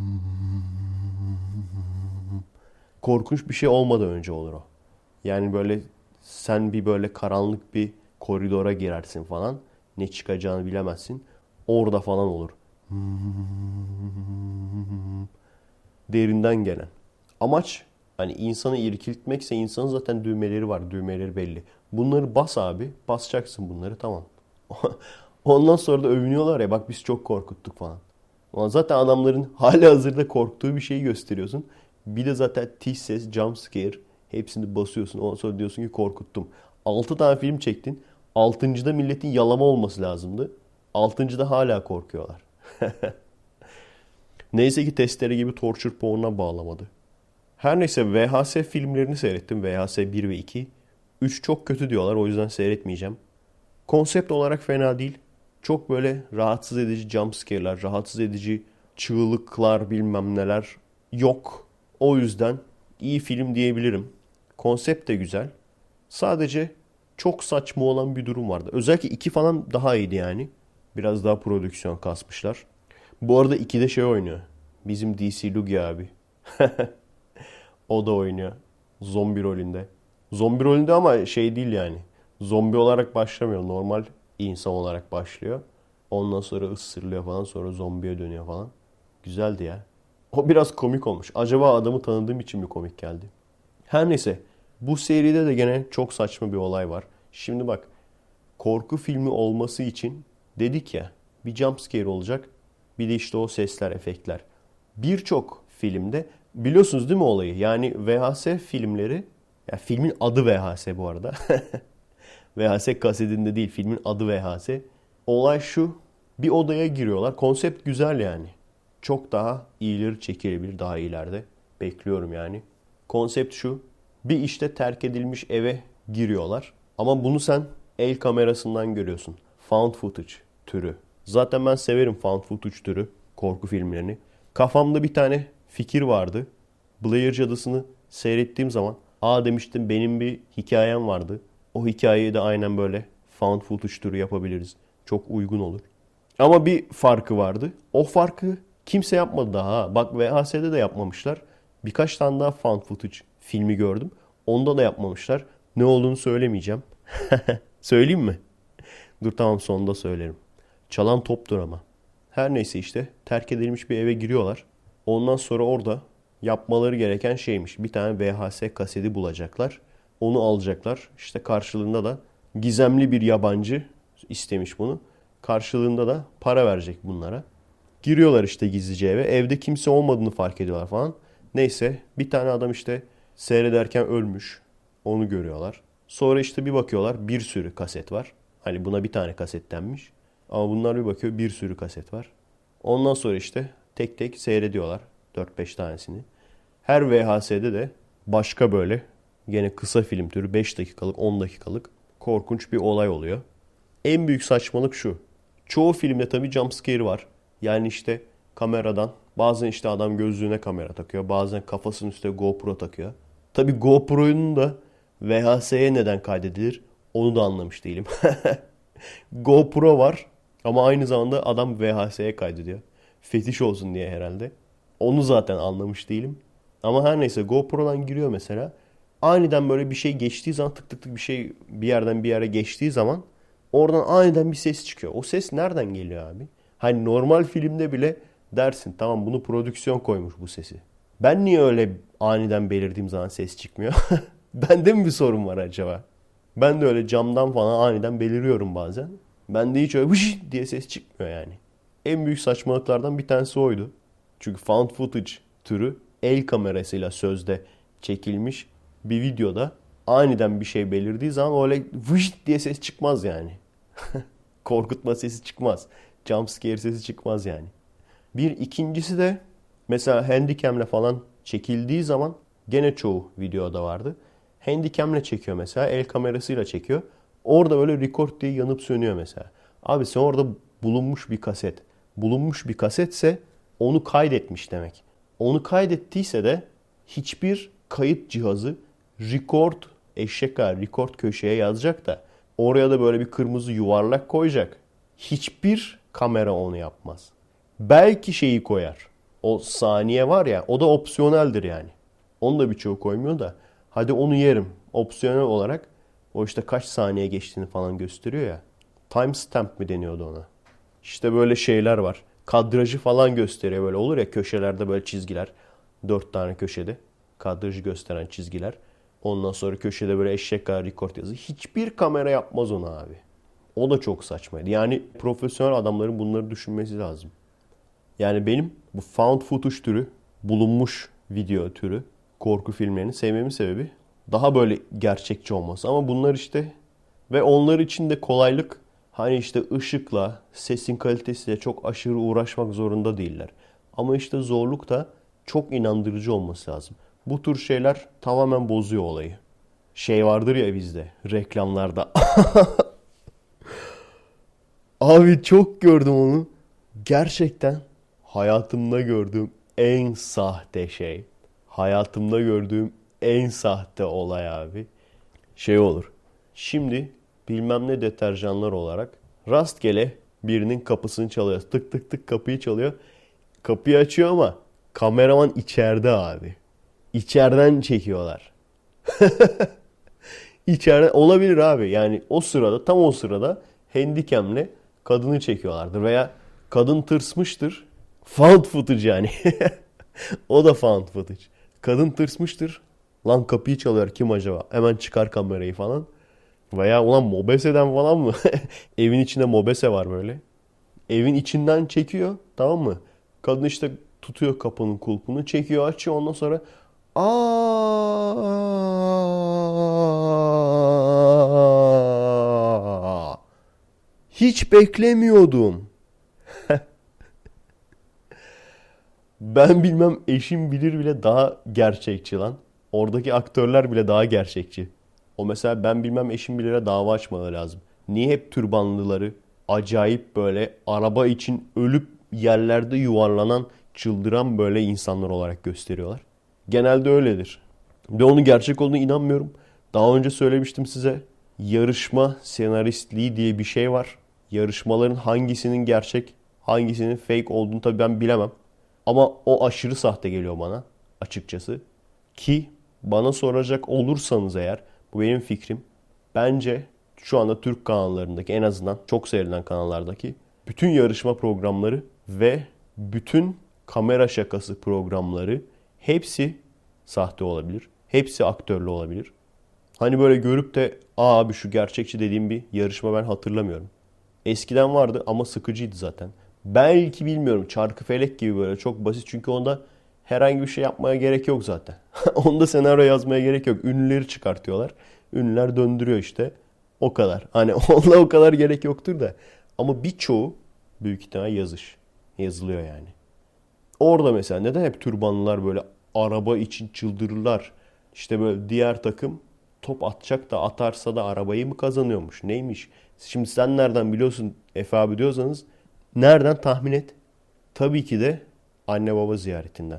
korkunç bir şey olmadan önce olur o. Yani böyle sen bir böyle karanlık bir koridora girersin falan. Ne çıkacağını bilemezsin. Orada falan olur. Derinden gelen. Amaç hani insanı irkiltmekse insanın zaten düğmeleri var. Düğmeleri belli. Bunları bas abi. Basacaksın bunları tamam. Ondan sonra da övünüyorlar ya bak biz çok korkuttuk falan. Ulan zaten adamların hali hazırda korktuğu bir şeyi gösteriyorsun. Bir de zaten tiz ses, jump scare hepsini basıyorsun. Ondan sonra diyorsun ki korkuttum. 6 tane film çektin. Altıncıda milletin yalama olması lazımdı. Altıncıda hala korkuyorlar. Neyse ki testere gibi torture porn'a bağlamadı. Her neyse VHS filmlerini seyrettim. VHS 1 ve 2. 3 çok kötü diyorlar o yüzden seyretmeyeceğim. Konsept olarak fena değil. Çok böyle rahatsız edici jumpscare'lar, rahatsız edici çığlıklar bilmem neler yok. O yüzden iyi film diyebilirim. Konsept de güzel. Sadece çok saçma olan bir durum vardı. Özellikle 2 falan daha iyiydi yani. Biraz daha prodüksiyon kasmışlar. Bu arada 2'de şey oynuyor. Bizim DC Lugi abi. O da oynuyor. Zombi rolünde. Zombi rolünde ama şey değil yani. Zombi olarak başlamıyor. Normal insan olarak başlıyor. Ondan sonra ısırılıyor falan, sonra zombiye dönüyor falan. Güzeldi ya. O biraz komik olmuş. Acaba adamı tanıdığım için mi komik geldi? Her neyse. Bu seride de gene çok saçma bir olay var. Şimdi bak. Korku filmi olması için dedik ya, bir jump scare olacak. Bir de işte o sesler, efektler. Birçok filmde biliyorsunuz değil mi olayı? Yani VHS filmleri, ya filmin adı VHS bu arada. VHS kasetinde değil, filmin adı VHS. Olay şu: bir odaya giriyorlar. Konsept güzel yani. Çok daha iyileri çekilebilir, daha ileride. Bekliyorum yani. Konsept şu: bir işte terk edilmiş eve giriyorlar. Ama bunu sen el kamerasından görüyorsun. Found footage türü. Zaten ben severim found footage türü korku filmlerini. Kafamda bir tane fikir vardı. Blair Cadısı'nı seyrettiğim zaman demiştim, benim bir hikayem vardı. O hikayeyi de aynen böyle found footage türü yapabiliriz. Çok uygun olur. Ama bir farkı vardı. O farkı kimse yapmadı daha. Bak VHS'de de yapmamışlar. Birkaç tane daha found footage filmi gördüm. Onda da yapmamışlar. Ne olduğunu söylemeyeceğim. Söyleyeyim mi? Dur tamam, sonunda söylerim. Çalan toptur ama. Her neyse işte terk edilmiş bir eve giriyorlar. Ondan sonra orada yapmaları gereken şeymiş: bir tane VHS kaseti bulacaklar. Onu alacaklar. İşte karşılığında da gizemli bir yabancı istemiş bunu. Karşılığında da para verecek bunlara. Giriyorlar işte gizlice eve. Evde kimse olmadığını fark ediyorlar falan. Neyse bir tane adam işte seyrederken ölmüş. Onu görüyorlar. Sonra işte bir bakıyorlar, bir sürü kaset var. Hani buna bir tane kaset denmiş. Ama bunlar bir bakıyor, bir sürü kaset var. Ondan sonra işte tek tek seyrediyorlar 4-5 tanesini. Her VHS'de de başka böyle gene kısa film türü 5 dakikalık 10 dakikalık korkunç bir olay oluyor. En büyük saçmalık şu: çoğu filmde tabii jumpscare var. Yani işte kameradan, bazen işte adam gözlüğüne kamera takıyor. Bazen kafasının üstüne GoPro takıyor. Tabii GoPro'nun da VHS'ye neden kaydedilir onu da anlamış değilim. GoPro var ama aynı zamanda adam VHS'ye kaydediyor. Fetiş olsun diye herhalde. Onu zaten anlamış değilim. Ama her neyse GoPro'dan giriyor mesela. Aniden böyle bir şey geçtiği zaman, tık tık tık bir şey bir yerden bir yere geçtiği zaman oradan aniden bir ses çıkıyor. O ses nereden geliyor abi? Hani normal filmde bile dersin tamam, bunu prodüksiyon koymuş bu sesi. Ben niye öyle aniden belirdiğim zaman ses çıkmıyor? Bende mi bir sorun var acaba? Ben de öyle camdan falan aniden beliriyorum bazen. Bende hiç öyle vış diye ses çıkmıyor yani. En büyük saçmalıklardan bir tanesi oydu. Çünkü found footage türü el kamerasıyla sözde çekilmiş bir videoda aniden bir şey belirdiği zaman öyle vış diye ses çıkmaz yani. Korkutma sesi çıkmaz. Jumpscare sesi çıkmaz yani. Bir ikincisi de mesela Handycam'le falan çekildiği zaman gene çoğu videoda vardı. Handycam'le çekiyor mesela, el kamerasıyla çekiyor. Orada böyle record diye yanıp sönüyor mesela. Abi sen orada bulunmuş bir kaset. Bulunmuş bir kasetse onu kaydetmiş demek. Onu kaydettiyse de hiçbir kayıt cihazı record eşek kadar record köşeye yazacak da oraya da böyle bir kırmızı yuvarlak koyacak. Hiçbir kamera onu yapmaz. Belki şeyi koyar. O saniye var ya, o da opsiyoneldir yani. Onu da birçoğu koymuyor da. Hadi onu yerim. Opsiyonel olarak o işte kaç saniye geçtiğini falan gösteriyor ya. Timestamp mi deniyordu ona? İşte böyle şeyler var. Kadrajı falan gösteriyor, böyle olur ya köşelerde böyle çizgiler. 4 tane köşede kadrajı gösteren çizgiler. Ondan sonra köşede böyle eşek kadar record yazı. Hiçbir kamera yapmaz onu abi. O da çok saçmaydı. Yani profesyonel adamların bunları düşünmesi lazım. Yani benim bu found footage türü, bulunmuş video türü korku filmlerini sevmemin sebebi daha böyle gerçekçi olması. Ama bunlar işte, ve onlar için de kolaylık, hani işte ışıkla, sesin kalitesiyle çok aşırı uğraşmak zorunda değiller. Ama işte zorluk da çok inandırıcı olması lazım. Bu tür şeyler tamamen bozuyor olayı. Şey vardır ya bizde reklamlarda. Abi çok gördüm onu. Gerçekten hayatımda gördüğüm en sahte şey. Hayatımda gördüğüm en sahte olay abi. Şey olur. Şimdi bilmem ne deterjanlar olarak rastgele birinin kapısını çalıyor. Tık tık tık kapıyı çalıyor. Kapıyı açıyor ama kameraman içeride abi. İçeriden çekiyorlar. İçeride olabilir abi. Yani o sırada, tam o sırada Handycam'le kadını çekiyorlardır. Veya kadın tırsmıştır. Found footage yani. O da found footage. Kadın tırsmıştır. Lan kapıyı çalıyor, kim acaba? Hemen çıkar kamerayı falan. Veya ulan Mobese'den falan mı? Evin içinde Mobese var böyle. Evin içinden çekiyor, tamam mı? Kadın işte tutuyor kapının kulpunu, çekiyor, açıyor, ondan sonra aa, hiç beklemiyordum. Ben bilmem, eşim bilir bile daha gerçekçi lan. Oradaki aktörler bile daha gerçekçi. O mesela ben bilmem eşim bilire dava açmaları lazım. Niye hep türbanlıları acayip böyle araba için ölüp yerlerde yuvarlanan, çıldıran böyle insanlar olarak gösteriyorlar? Genelde öyledir. Ve onun gerçek olduğunu inanmıyorum. Daha önce söylemiştim size. Yarışma senaristliği diye bir şey var. Yarışmaların hangisinin gerçek, hangisinin fake olduğunu tabii ben bilemem. Ama o aşırı sahte geliyor bana açıkçası. Ki bana soracak olursanız eğer, bu benim fikrim. Bence şu anda Türk kanallarındaki, en azından çok seyredilen kanallardaki bütün yarışma programları ve bütün kamera şakası programları hepsi sahte olabilir. Hepsi aktörlü olabilir. Hani böyle görüp de abi şu gerçekçi dediğim bir yarışma ben hatırlamıyorum. Eskiden vardı ama sıkıcıydı zaten. Belki bilmiyorum, Çarkıfelek gibi böyle çok basit, çünkü onda herhangi bir şey yapmaya gerek yok zaten. Onda senaryo yazmaya gerek yok. Ünlüleri çıkartıyorlar. Ünlüler döndürüyor işte. O kadar. Hani onda o kadar gerek yoktur da. Ama birçoğu büyük ihtimal yazılıyor yani. Orada mesela neden hep türbanlılar böyle araba için çıldırırlar? İşte böyle diğer takım top atacak da atarsa da arabayı mı kazanıyormuş? Neymiş? Şimdi sen nereden biliyorsun Efe abi diyorsanız, nereden tahmin et? Tabii ki de anne baba ziyaretinden.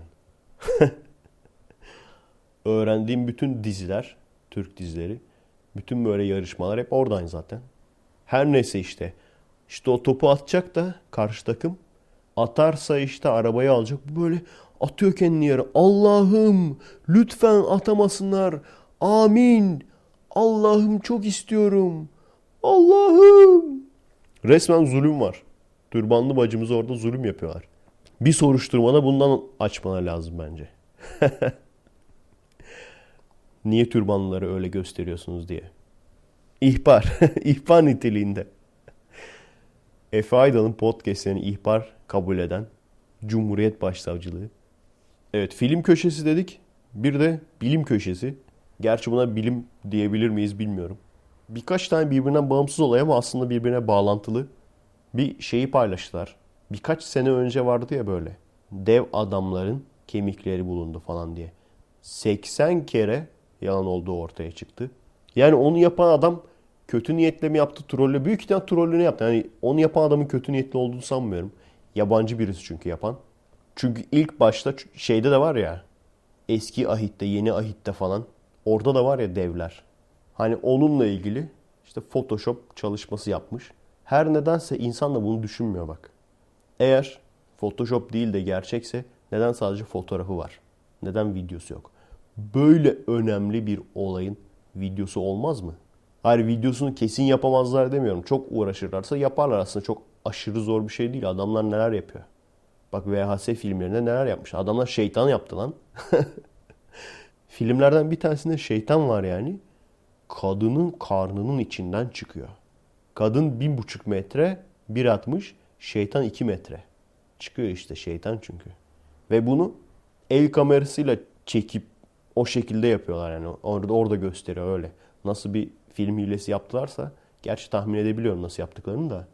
Öğrendiğim bütün diziler, Türk dizileri, bütün böyle yarışmalar hep oradan zaten. Her neyse işte. İşte o topu atacak da karşı takım. Atarsa işte arabayı alacak. Bu böyle atıyor kendini yere. Allah'ım lütfen atamasınlar. Amin. Allah'ım çok istiyorum. Allah'ım. Resmen zulüm var. Türbanlı bacımız orada zulüm yapıyorlar. Bir soruşturmada bundan açmalar lazım bence. Niye türbanlıları öyle gösteriyorsunuz diye. İhbar. İhbar niteliğinde. Efe Aydal'ın podcastlerini ihbar kabul eden Cumhuriyet Başsavcılığı. Evet, film köşesi dedik. Bir de bilim köşesi. Gerçi buna bilim diyebilir miyiz bilmiyorum. Birkaç tane birbirinden bağımsız olay ama aslında birbirine bağlantılı bir şeyi paylaştılar. Birkaç sene önce vardı ya böyle. Dev adamların kemikleri bulundu falan diye. 80 kere yalan olduğu ortaya çıktı. Yani onu yapan adam kötü niyetle mi yaptı, trolle? Büyük ihtimal trollünü yaptı. Yani onu yapan adamın kötü niyetli olduğunu sanmıyorum. Yabancı birisi çünkü yapan. Çünkü ilk başta şeyde de var ya, eski ahitte, yeni ahitte falan. Orada da var ya devler. Hani onunla ilgili işte Photoshop çalışması yapmış. Her nedense insan da bunu düşünmüyor bak. Eğer Photoshop değil de gerçekse neden sadece fotoğrafı var? Neden videosu yok? Böyle önemli bir olayın videosu olmaz mı? Hayır, videosunu kesin yapamazlar demiyorum. Çok uğraşırlarsa yaparlar aslında. Çok aşırı zor bir şey değil. Adamlar neler yapıyor? Bak VHS filmlerinde neler yapmış. Adamlar şeytan yaptı lan. Filmlerden bir tanesinde şeytan var yani. Kadının karnının içinden çıkıyor. Kadın 1,5 metre, 1,60, şeytan 2 metre. Çıkıyor işte şeytan çünkü. Ve bunu el kamerasıyla çekip o şekilde yapıyorlar yani. Orada gösteriyor öyle. Nasıl bir film hilesi yaptılarsa, gerçi tahmin edebiliyorum nasıl yaptıklarını da.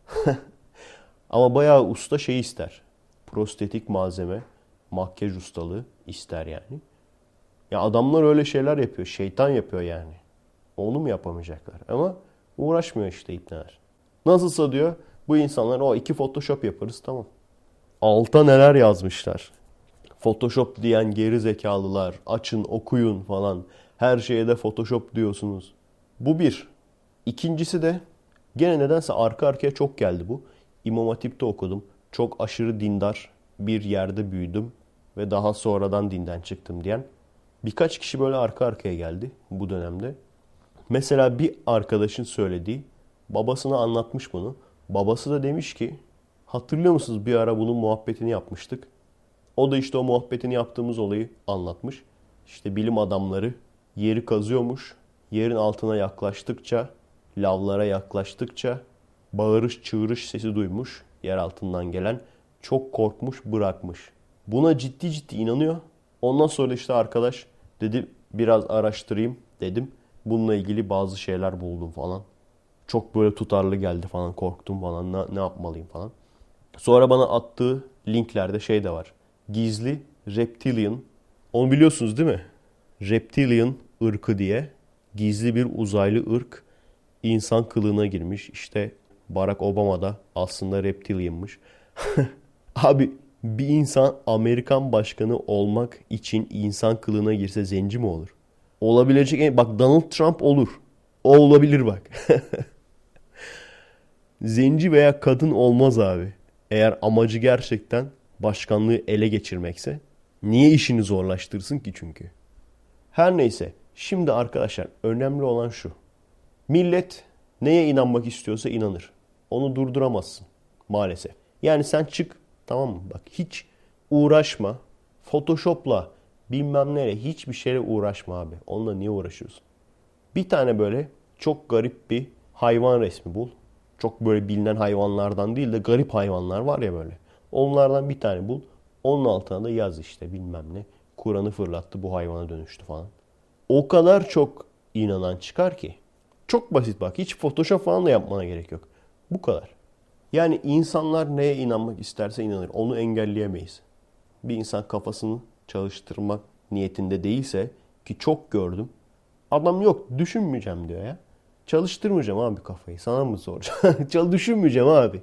Ama bayağı usta şey ister. Prostetik malzeme, makyaj ustalığı ister yani. Ya adamlar öyle şeyler yapıyor. Şeytan yapıyor yani. Onu mu yapamayacaklar? Ama uğraşmıyor işte ipneler. Nasılsa diyor bu insanlar, o iki Photoshop yaparız tamam. Alta neler yazmışlar. Photoshop diyen geri zekalılar. Açın okuyun falan. Her şeye de Photoshop diyorsunuz. Bu bir. İkincisi de gene nedense arka arkaya çok geldi bu. İmam Hatip'te okudum. Çok aşırı dindar bir yerde büyüdüm. Ve daha sonradan dinden çıktım diyen birkaç kişi böyle arka arkaya geldi bu dönemde. Mesela bir arkadaşın söylediği, babasına anlatmış bunu. Babası da demiş ki hatırlıyor musunuz bir ara bunun muhabbetini yapmıştık. O da işte o muhabbetini yaptığımız olayı anlatmış. İşte bilim adamları yeri kazıyormuş. Yerin altına yaklaştıkça, lavlara yaklaştıkça bağırış çığırış sesi duymuş. Yer altından gelen. Çok korkmuş bırakmış. Buna ciddi ciddi inanıyor. Ondan sonra işte arkadaş dedi biraz araştırayım dedim. Bununla ilgili bazı şeyler buldum falan. Çok böyle tutarlı geldi falan korktum falan ne yapmalıyım falan. Sonra bana attığı linklerde şey de var. Gizli reptilian. Onu biliyorsunuz değil mi? Reptilian ırkı diye gizli bir uzaylı ırk insan kılığına girmiş. İşte Barack Obama da aslında reptilianmış. Abi bir insan Amerikan başkanı olmak için insan kılığına girse zenci mi olur? Olabilecek bak Donald Trump olur. O olabilir bak. Zenci veya kadın olmaz abi. Eğer amacı gerçekten başkanlığı ele geçirmekse niye işini zorlaştırsın ki çünkü? Her neyse. Şimdi arkadaşlar önemli olan şu. Millet neye inanmak istiyorsa inanır. Onu durduramazsın maalesef. Yani sen çık tamam mı? Bak hiç uğraşma. Photoshop'la bilmem nereye hiçbir şeyle uğraşma abi. Onunla niye uğraşıyorsun? Bir tane böyle çok garip bir hayvan resmi bul. Çok böyle bilinen hayvanlardan değil de garip hayvanlar var ya böyle. Onlardan bir tane bul. Onun altına da yaz işte bilmem ne. Kur'an'ı fırlattı bu hayvana dönüştü falan. O kadar çok inanan çıkar ki. Çok basit bak. Hiç Photoshop falan da yapmana gerek yok. Bu kadar. Yani insanlar neye inanmak isterse inanır. Onu engelleyemeyiz. Bir insan kafasını çalıştırmak niyetinde değilse ki çok gördüm. Adam yok düşünmeyeceğim diyor ya. Çalıştırmayacağım abi kafayı. Sana mı soracağım? Düşünmeyeceğim abi.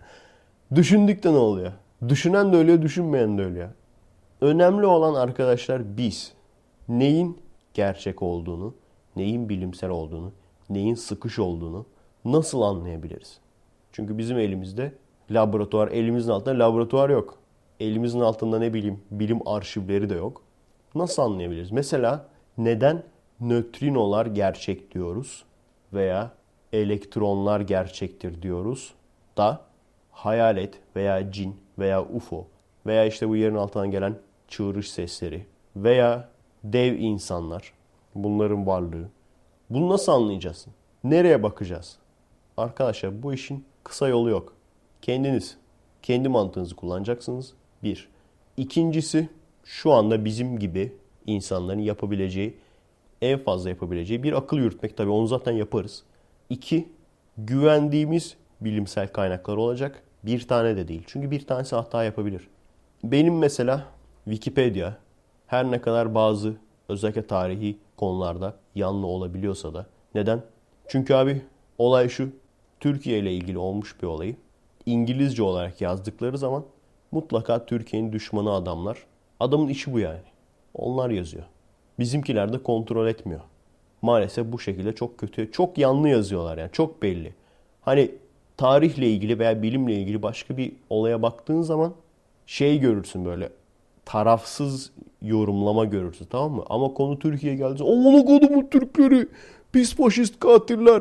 Düşündükte ne oluyor? Düşünen de ölüyor, düşünmeyen de ölüyor. Önemli olan arkadaşlar biz. Neyin gerçek olduğunu, neyin bilimsel olduğunu, neyin sıkış olduğunu nasıl anlayabiliriz? Çünkü bizim elimizde laboratuvar, elimizin altında laboratuvar yok. Elimizin altında ne bileyim bilim arşivleri de yok. Nasıl anlayabiliriz? Mesela neden nötrinolar gerçek diyoruz veya elektronlar gerçektir diyoruz da hayalet veya cin veya UFO veya işte bu yerin altından gelen çığırış sesleri veya dev insanlar bunların varlığı. Bunu nasıl anlayacağız? Nereye bakacağız? Arkadaşlar bu işin kısa yolu yok. Kendiniz, kendi mantığınızı kullanacaksınız. Bir. İkincisi şu anda bizim gibi insanların yapabileceği, en fazla yapabileceği bir akıl yürütmek. Tabii onu zaten yaparız. İki. Güvendiğimiz bilimsel kaynaklar olacak. Bir tane de değil. Çünkü bir tanesi hata yapabilir. Benim mesela Wikipedia her ne kadar bazı özellikle tarihi konularda yanlı olabiliyorsa da. Neden? Çünkü abi olay şu. Türkiye ile ilgili olmuş bir olayı İngilizce olarak yazdıkları zaman mutlaka Türkiye'nin düşmanı adamlar. Adamın işi bu yani. Onlar yazıyor. Bizimkiler de kontrol etmiyor. Maalesef bu şekilde çok kötü, çok yanlı yazıyorlar yani çok belli. Hani tarihle ilgili veya bilimle ilgili başka bir olaya baktığın zaman şey görürsün böyle tarafsız yorumlama görürsün tamam mı? Ama konu Türkiye'ye geldi. Oğlum kodumun Türkleri pis faşist katiller.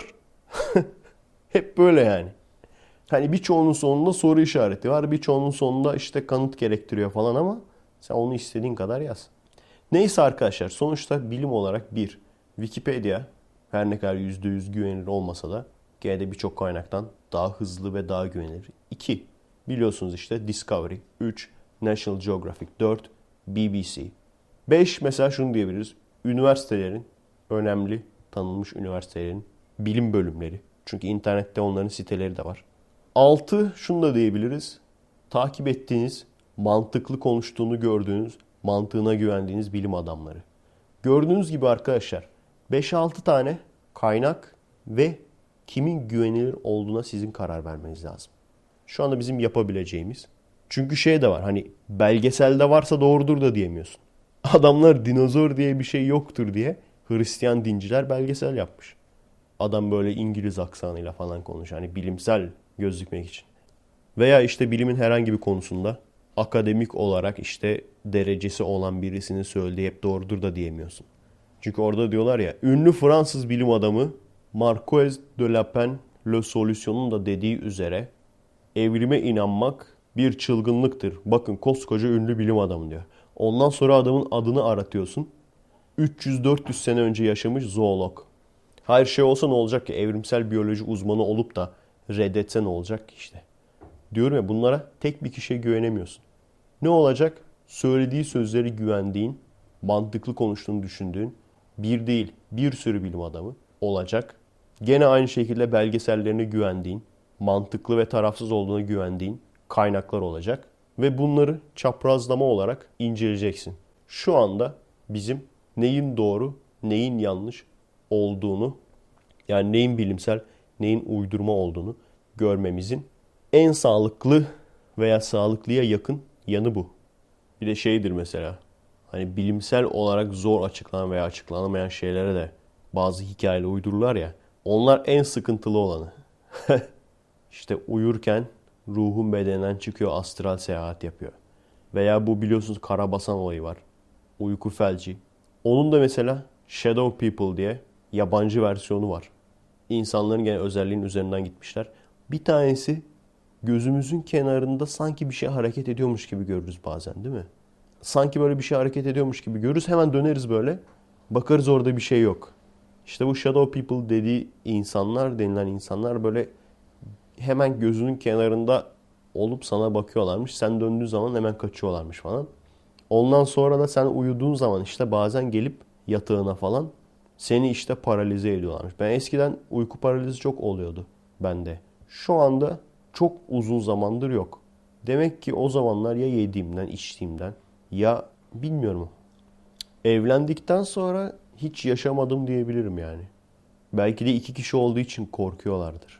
Hep böyle yani. Hani birçoğunun sonunda soru işareti var. Birçoğunun sonunda işte kanıt gerektiriyor falan ama sen onu istediğin kadar yaz. Neyse arkadaşlar sonuçta bilim olarak bir Wikipedia her ne kadar %100 güvenilir olmasa da gene de birçok kaynaktan daha hızlı ve daha güvenilir. 2. Biliyorsunuz işte Discovery. 3. National Geographic. 4. BBC. 5. Mesela şunu diyebiliriz. Üniversitelerin, önemli tanınmış üniversitelerin bilim bölümleri. Çünkü internette onların siteleri de var. 6. Şunu da diyebiliriz. Takip ettiğiniz, mantıklı konuştuğunu gördüğünüz, mantığına güvendiğiniz bilim adamları. Gördüğünüz gibi arkadaşlar 5-6 tane kaynak ve kimin güvenilir olduğuna sizin karar vermeniz lazım. Şu anda bizim yapabileceğimiz. Çünkü şey de var hani belgeselde varsa doğrudur da diyemiyorsun. Adamlar dinozor diye bir şey yoktur diye Hristiyan dinciler belgesel yapmış. Adam böyle İngiliz aksanıyla falan konuşuyor. Hani bilimsel gözükmek için. Veya işte bilimin herhangi bir konusunda akademik olarak işte derecesi olan birisinin söylediği hep doğrudur da diyemiyorsun. Çünkü orada diyorlar ya ünlü Fransız bilim adamı Marquez de Lapen Le Solution'un da dediği üzere evrime inanmak bir çılgınlıktır. Bakın koskoca ünlü bilim adamı diyor. Ondan sonra adamın adını aratıyorsun. 300-400 sene önce yaşamış zoolog. Her şey olsa ne olacak ki? Evrimsel biyoloji uzmanı olup da reddetse ne olacak ki işte? Diyorum ya, bunlara tek bir kişiye güvenemiyorsun. Ne olacak? Söylediği sözleri güvendiğin, mantıklı konuştuğunu düşündüğün bir değil bir sürü bilim adamı olacak. Gene aynı şekilde belgesellerine güvendiğin, mantıklı ve tarafsız olduğuna güvendiğin kaynaklar olacak. Ve bunları çaprazlama olarak inceleyeceksin. Şu anda bizim neyin doğru, neyin yanlış olduğunu, yani neyin bilimsel, neyin uydurma olduğunu görmemizin en sağlıklı veya sağlıklıya yakın yanı bu. Bir de şeydir mesela, hani bilimsel olarak zor açıklanan veya açıklanamayan şeylere de bazı hikayeler uydururlar ya. Onlar en sıkıntılı olanı. İşte uyurken ruhun bedeninden çıkıyor, astral seyahat yapıyor. Veya bu biliyorsunuz karabasan olayı var. Uyku felci. Onun da mesela Shadow People diye yabancı versiyonu var. İnsanların gene özelliğinin üzerinden gitmişler. Bir tanesi gözümüzün kenarında sanki bir şey hareket ediyormuş gibi görürüz bazen, değil mi? Sanki böyle bir şey hareket ediyormuş gibi görürüz. Hemen döneriz böyle. Bakarız orada bir şey yok. İşte bu Shadow People dediği insanlar, denilen insanlar böyle hemen gözünün kenarında olup sana bakıyorlarmış. Sen döndüğün zaman hemen kaçıyorlarmış falan. Ondan sonra da sen uyuduğun zaman işte bazen gelip yatağına falan seni işte paralize ediyorlarmış. Ben eskiden uyku paralizi çok oluyordu bende. Şu anda çok uzun zamandır yok. Demek ki o zamanlar ya yediğimden, içtiğimden ya bilmiyorum. Evlendikten sonra hiç yaşamadım diyebilirim yani. Belki de 2 kişi olduğu için korkuyorlardır.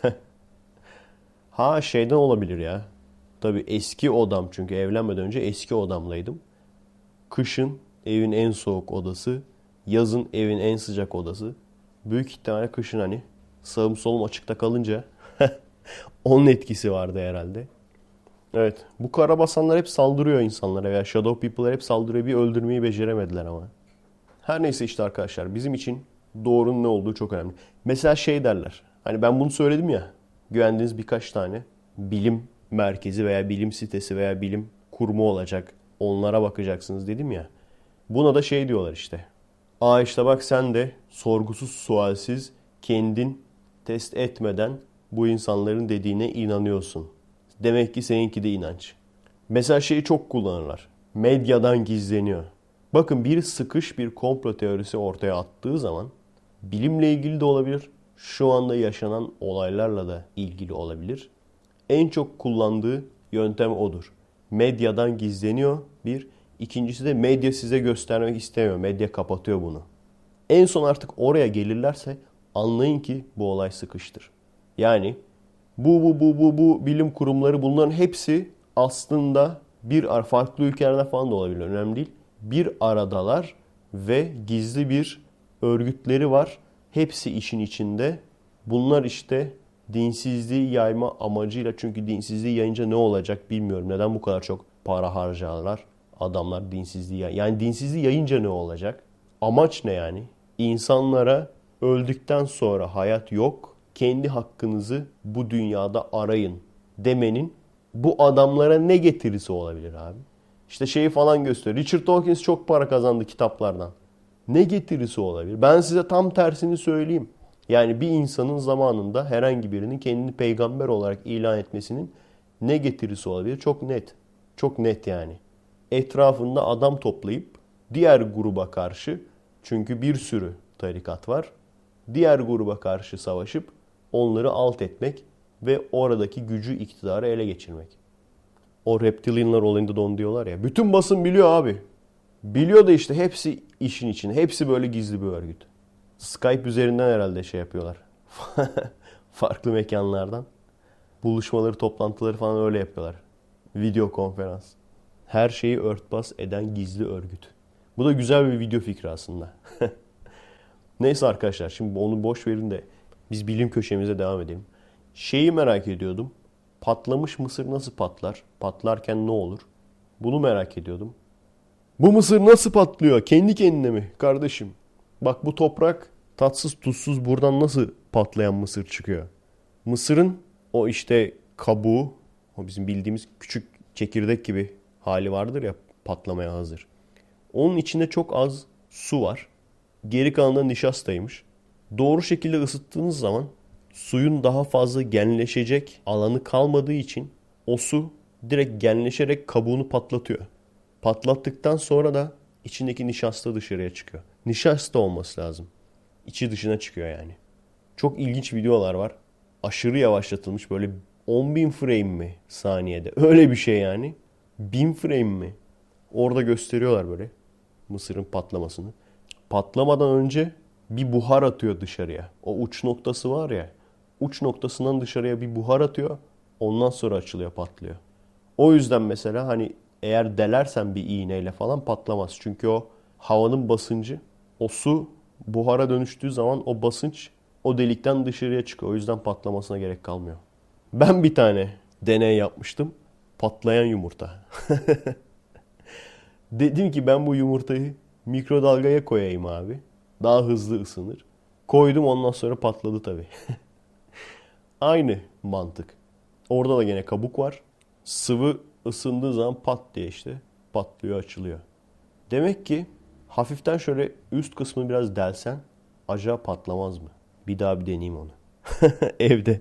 Ha şeyden olabilir ya. Tabii eski odam, çünkü evlenmeden önce eski odamdaydım. Kışın evin en soğuk odası, yazın evin en sıcak odası. Büyük ihtimalle kışın hani sağım solum açıkta kalınca onun etkisi vardı herhalde. Evet, bu karabasanlar hep saldırıyor insanlara veya Shadow People'lar hep saldırıyor. Bir öldürmeyi beceremediler ama. Her neyse işte arkadaşlar, bizim için doğrunun ne olduğu çok önemli. Mesela şey derler. Hani ben bunu söyledim ya. Güvendiğiniz birkaç tane bilim merkezi veya bilim sitesi veya bilim kurumu olacak. Onlara bakacaksınız dedim ya. Buna da şey diyorlar işte. Aa işte bak, sen de sorgusuz sualsiz kendin test etmeden bu insanların dediğine inanıyorsun. Demek ki seninki de inanç. Mesela şeyi çok kullanırlar. Medyadan gizleniyor. Bakın, bir sıkış bir komplo teorisi ortaya attığı zaman bilimle ilgili de olabilir. Şu anda yaşanan olaylarla da ilgili olabilir. En çok kullandığı yöntem odur. Medyadan gizleniyor bir. İkincisi de medya size göstermek istemiyor. Medya kapatıyor bunu. En son artık oraya gelirlerse anlayın ki bu olay sıkıştır. Yani bu bilim kurumları, bunların hepsi aslında farklı ülkelerde falan da olabilir. Önemli değil. Bir aradalar ve gizli bir örgütleri var. Hepsi işin içinde. Bunlar işte dinsizliği yayma amacıyla, çünkü dinsizliği yayınca ne olacak bilmiyorum. Neden bu kadar çok para harcarlar adamlar dinsizliği yani dinsizliği yayınca ne olacak? Amaç ne yani? İnsanlara öldükten sonra hayat yok, kendi hakkınızı bu dünyada arayın demenin bu adamlara ne getirisi olabilir abi? İşte şeyi falan gösteriyor. Richard Dawkins çok para kazandı kitaplardan. Ne getirisi olabilir? Ben size tam tersini söyleyeyim. Yani bir insanın zamanında herhangi birinin kendini peygamber olarak ilan etmesinin ne getirisi olabilir? Çok net. Çok net yani. Etrafında adam toplayıp diğer gruba karşı, çünkü bir sürü tarikat var, diğer gruba karşı savaşıp onları alt etmek ve oradaki gücü, iktidarı ele geçirmek. O reptilianlar olayında da onu diyorlar ya. Bütün basın biliyor abi. Biliyor da işte hepsi işin içinde. Hepsi böyle gizli bir örgüt. Skype üzerinden herhalde şey yapıyorlar. Farklı mekanlardan. Buluşmaları, toplantıları falan öyle yapıyorlar. Video konferans. Her şeyi örtbas eden gizli örgüt. Bu da güzel bir video fikri aslında. Neyse arkadaşlar, şimdi onu boş verin de biz bilim köşemize devam edelim. Şeyi merak ediyordum. Patlamış mısır nasıl patlar? Patlarken ne olur? Bunu merak ediyordum. Bu mısır nasıl patlıyor? Kendi kendine mi kardeşim? Bak, bu toprak tatsız tuzsuz, buradan nasıl patlayan mısır çıkıyor? Mısırın o işte kabuğu, o bizim bildiğimiz küçük çekirdek gibi hali vardır ya, patlamaya hazır. Onun içinde çok az su var. Geri kalanında nişastaymış. Doğru şekilde ısıttığınız zaman suyun daha fazla genleşecek alanı kalmadığı için o su direkt genleşerek kabuğunu patlatıyor. Patlattıktan sonra da içindeki nişasta dışarıya çıkıyor. Nişasta olması lazım. İçi dışına çıkıyor yani. Çok ilginç videolar var. Aşırı yavaşlatılmış, böyle 10.000 frame mi saniyede? Öyle bir şey yani. 1000 frame mi? Orada gösteriyorlar böyle mısırın patlamasını. Patlamadan önce bir buhar atıyor dışarıya. O uç noktası var ya. Uç noktasından dışarıya bir buhar atıyor. Ondan sonra açılıyor, patlıyor. O yüzden mesela hani eğer delersen bir iğneyle falan patlamaz. Çünkü o havanın basıncı, o su buhara dönüştüğü zaman o basınç o delikten dışarıya çıkıyor. O yüzden patlamasına gerek kalmıyor. Ben bir tane deney yapmıştım. Patlayan yumurta. Dedim ki ben bu yumurtayı mikrodalgaya koyayım abi. Daha hızlı ısınır. Koydum, ondan sonra patladı tabii. Aynı mantık. Orada da gene kabuk var. Sıvı ısındığı zaman pat diye işte patlıyor, açılıyor. Demek ki hafiften şöyle üst kısmını biraz delsen acaba patlamaz mı? Bir daha bir deneyeyim onu. Evde.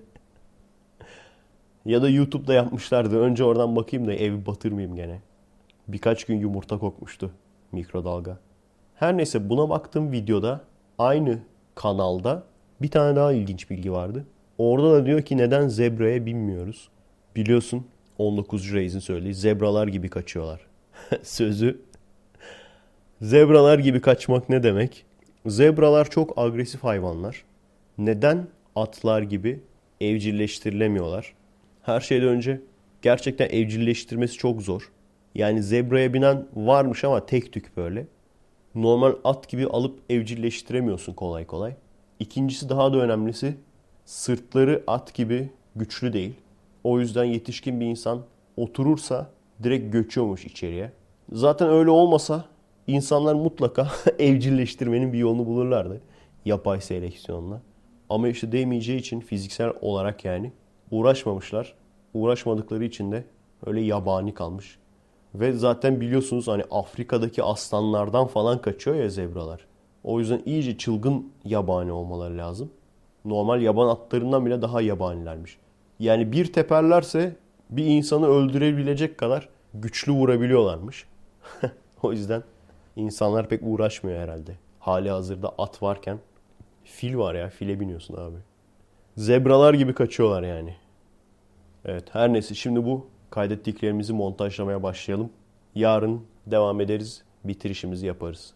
Ya da YouTube'da yapmışlardı. Önce oradan bakayım da evi batırmayayım gene. Birkaç gün yumurta kokmuştu mikrodalga. Her neyse, buna baktığım videoda aynı kanalda bir tane daha ilginç bilgi vardı. Orada da diyor ki neden zebraya binmiyoruz? Biliyorsun 19. Reis'in söylediği zebralar gibi kaçıyorlar. Sözü. Zebralar gibi kaçmak ne demek? Zebralar çok agresif hayvanlar. Neden atlar gibi evcilleştirilemiyorlar? Her şeyden önce gerçekten evcilleştirmesi çok zor. Yani zebraya binen varmış ama tek tük böyle. Normal at gibi alıp evcilleştiremiyorsun kolay kolay. İkincisi, daha da önemlisi, sırtları at gibi güçlü değil. O yüzden yetişkin bir insan oturursa direkt göçüyormuş içeriye. Zaten öyle olmasa insanlar mutlaka evcilleştirmenin bir yolunu bulurlardı. Yapay seleksiyonla. Ama işte değmeyeceği için fiziksel olarak yani uğraşmamışlar. Uğraşmadıkları için de öyle yabani kalmış. Ve zaten biliyorsunuz hani Afrika'daki aslanlardan falan kaçıyor ya zebralar. O yüzden iyice çılgın yabani olmaları lazım. Normal yaban atlarından bile daha yabanilermiş. Yani bir teperlerse bir insanı öldürebilecek kadar güçlü vurabiliyorlarmış. O yüzden insanlar pek uğraşmıyor herhalde. Hali hazırda at varken fil var ya, file biniyorsun abi. Zebralar gibi kaçıyorlar yani. Evet, her neyse, şimdi bu kaydettiklerimizi montajlamaya başlayalım. Yarın devam ederiz, bitirişimizi yaparız.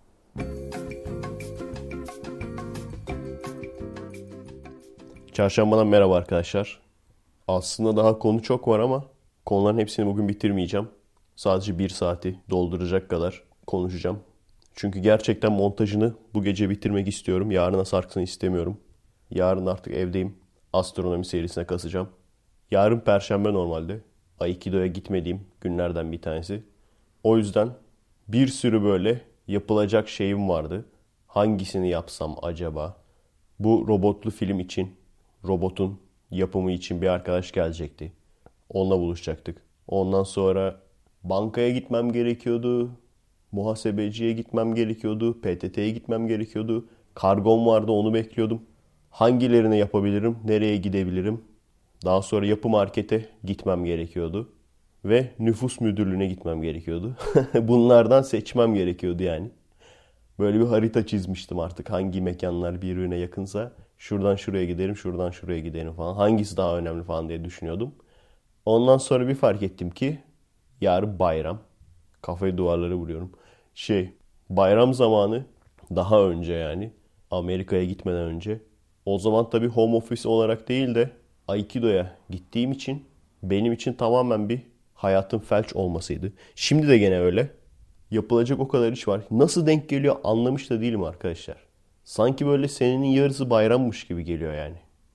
Çarşambadan merhaba arkadaşlar. Aslında daha konu çok var ama konuların hepsini bugün bitirmeyeceğim. Sadece 1 saati dolduracak kadar konuşacağım. Çünkü gerçekten montajını bu gece bitirmek istiyorum. Yarına sarksın istemiyorum. Yarın artık evdeyim. Astronomi serisine kasacağım. Yarın Perşembe normalde. Aikido'ya gitmediğim günlerden bir tanesi. O yüzden bir sürü böyle yapılacak şeyim vardı. Hangisini yapsam acaba? Bu robotlu film için, robotun yapımı için bir arkadaş gelecekti. Onunla buluşacaktık. Ondan sonra bankaya gitmem gerekiyordu. Muhasebeciye gitmem gerekiyordu. PTT'ye gitmem gerekiyordu. Kargom vardı, onu bekliyordum. Hangilerini yapabilirim? Nereye gidebilirim? Daha sonra yapı markete gitmem gerekiyordu. Ve nüfus müdürlüğüne gitmem gerekiyordu. Bunlardan seçmem gerekiyordu yani. Böyle bir harita çizmiştim artık. Hangi mekanlar birbirine yakınsa şuradan şuraya giderim, şuradan şuraya giderim falan. Hangisi daha önemli falan diye düşünüyordum. Ondan sonra bir fark ettim ki yarın bayram. Kafayı duvarlara vuruyorum. Bayram zamanı, daha önce yani Amerika'ya gitmeden önce. O zaman tabii home office olarak değil de Aikido'ya gittiğim için benim için tamamen bir hayatın felç olmasıydı. Şimdi de gene öyle. Yapılacak o kadar iş var. Nasıl denk geliyor anlamış da değilim arkadaşlar. Sanki böyle senenin yarısı bayrammış gibi geliyor yani.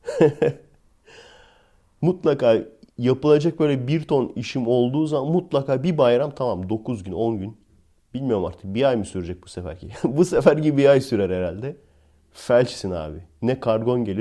Mutlaka yapılacak böyle 1 ton işim olduğu zaman mutlaka bir bayram, tamam 9 gün 10 gün. Bilmiyorum artık, bir ay mı sürecek bu seferki? Bu seferki bir ay sürer herhalde. Felçsin abi. Ne kargon gelir,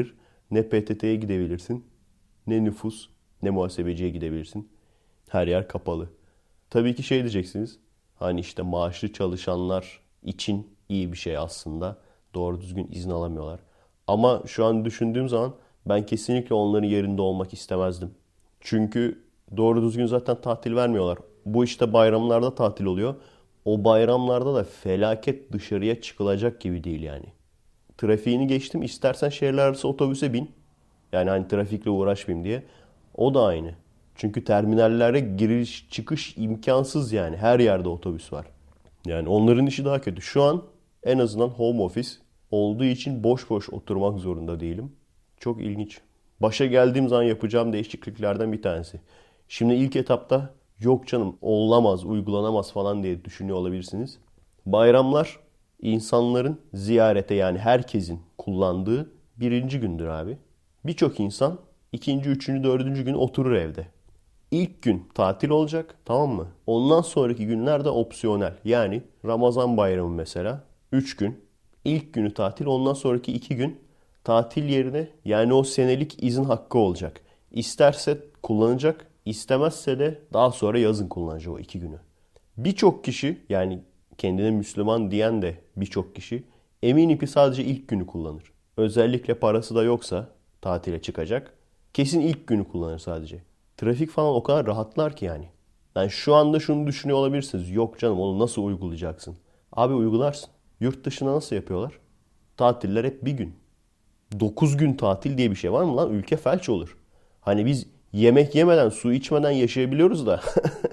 Ne PTT'ye gidebilirsin, ne nüfus, ne muhasebeciye gidebilirsin. Her yer kapalı. Tabii ki şey diyeceksiniz. Hani işte maaşlı çalışanlar için iyi bir şey aslında. Doğru düzgün izin alamıyorlar. Ama şu an düşündüğüm zaman ben kesinlikle onların yerinde olmak istemezdim. Çünkü doğru düzgün zaten tatil vermiyorlar. Bu işte bayramlarda tatil oluyor. O bayramlarda da felaket dışarıya çıkılacak gibi değil yani. Trafiğini geçtim. İstersen şehirler arası otobüse bin. Yani hani trafikle uğraşmayayım diye. O da aynı. Çünkü terminallere giriş çıkış imkansız yani. Her yerde otobüs var. Yani onların işi daha kötü. Şu an en azından home office olduğu için boş boş oturmak zorunda değilim. Çok ilginç. Başa geldiğim zaman yapacağım değişikliklerden bir tanesi. Şimdi ilk etapta yok canım olamaz, uygulanamaz falan diye düşünüyor olabilirsiniz. Bayramlar insanların ziyarete yani herkesin kullandığı birinci gündür abi. Birçok insan ikinci, üçüncü, dördüncü gün oturur evde. İlk gün tatil olacak, tamam mı? Ondan sonraki günler de opsiyonel. Yani Ramazan bayramı mesela 3 gün. İlk günü tatil, ondan sonraki 2 gün tatil yerine yani o senelik izin hakkı olacak. İsterse kullanacak, istemezse de daha sonra yazın kullanacak o 2 günü. Birçok kişi yani kendine Müslüman diyen de birçok kişi eminim ki sadece ilk günü kullanır. Özellikle parası da yoksa tatile çıkacak. Kesin ilk günü kullanır sadece. Trafik falan o kadar rahatlar ki yani. Yani şu anda şunu düşünüyor olabilirsiniz. Yok canım onu nasıl uygulayacaksın? Abi uygularsın. Yurt dışında nasıl yapıyorlar? Tatiller hep bir gün. 9 gün tatil diye bir şey var mı lan? Ülke felç olur. Hani biz yemek yemeden, su içmeden yaşayabiliyoruz da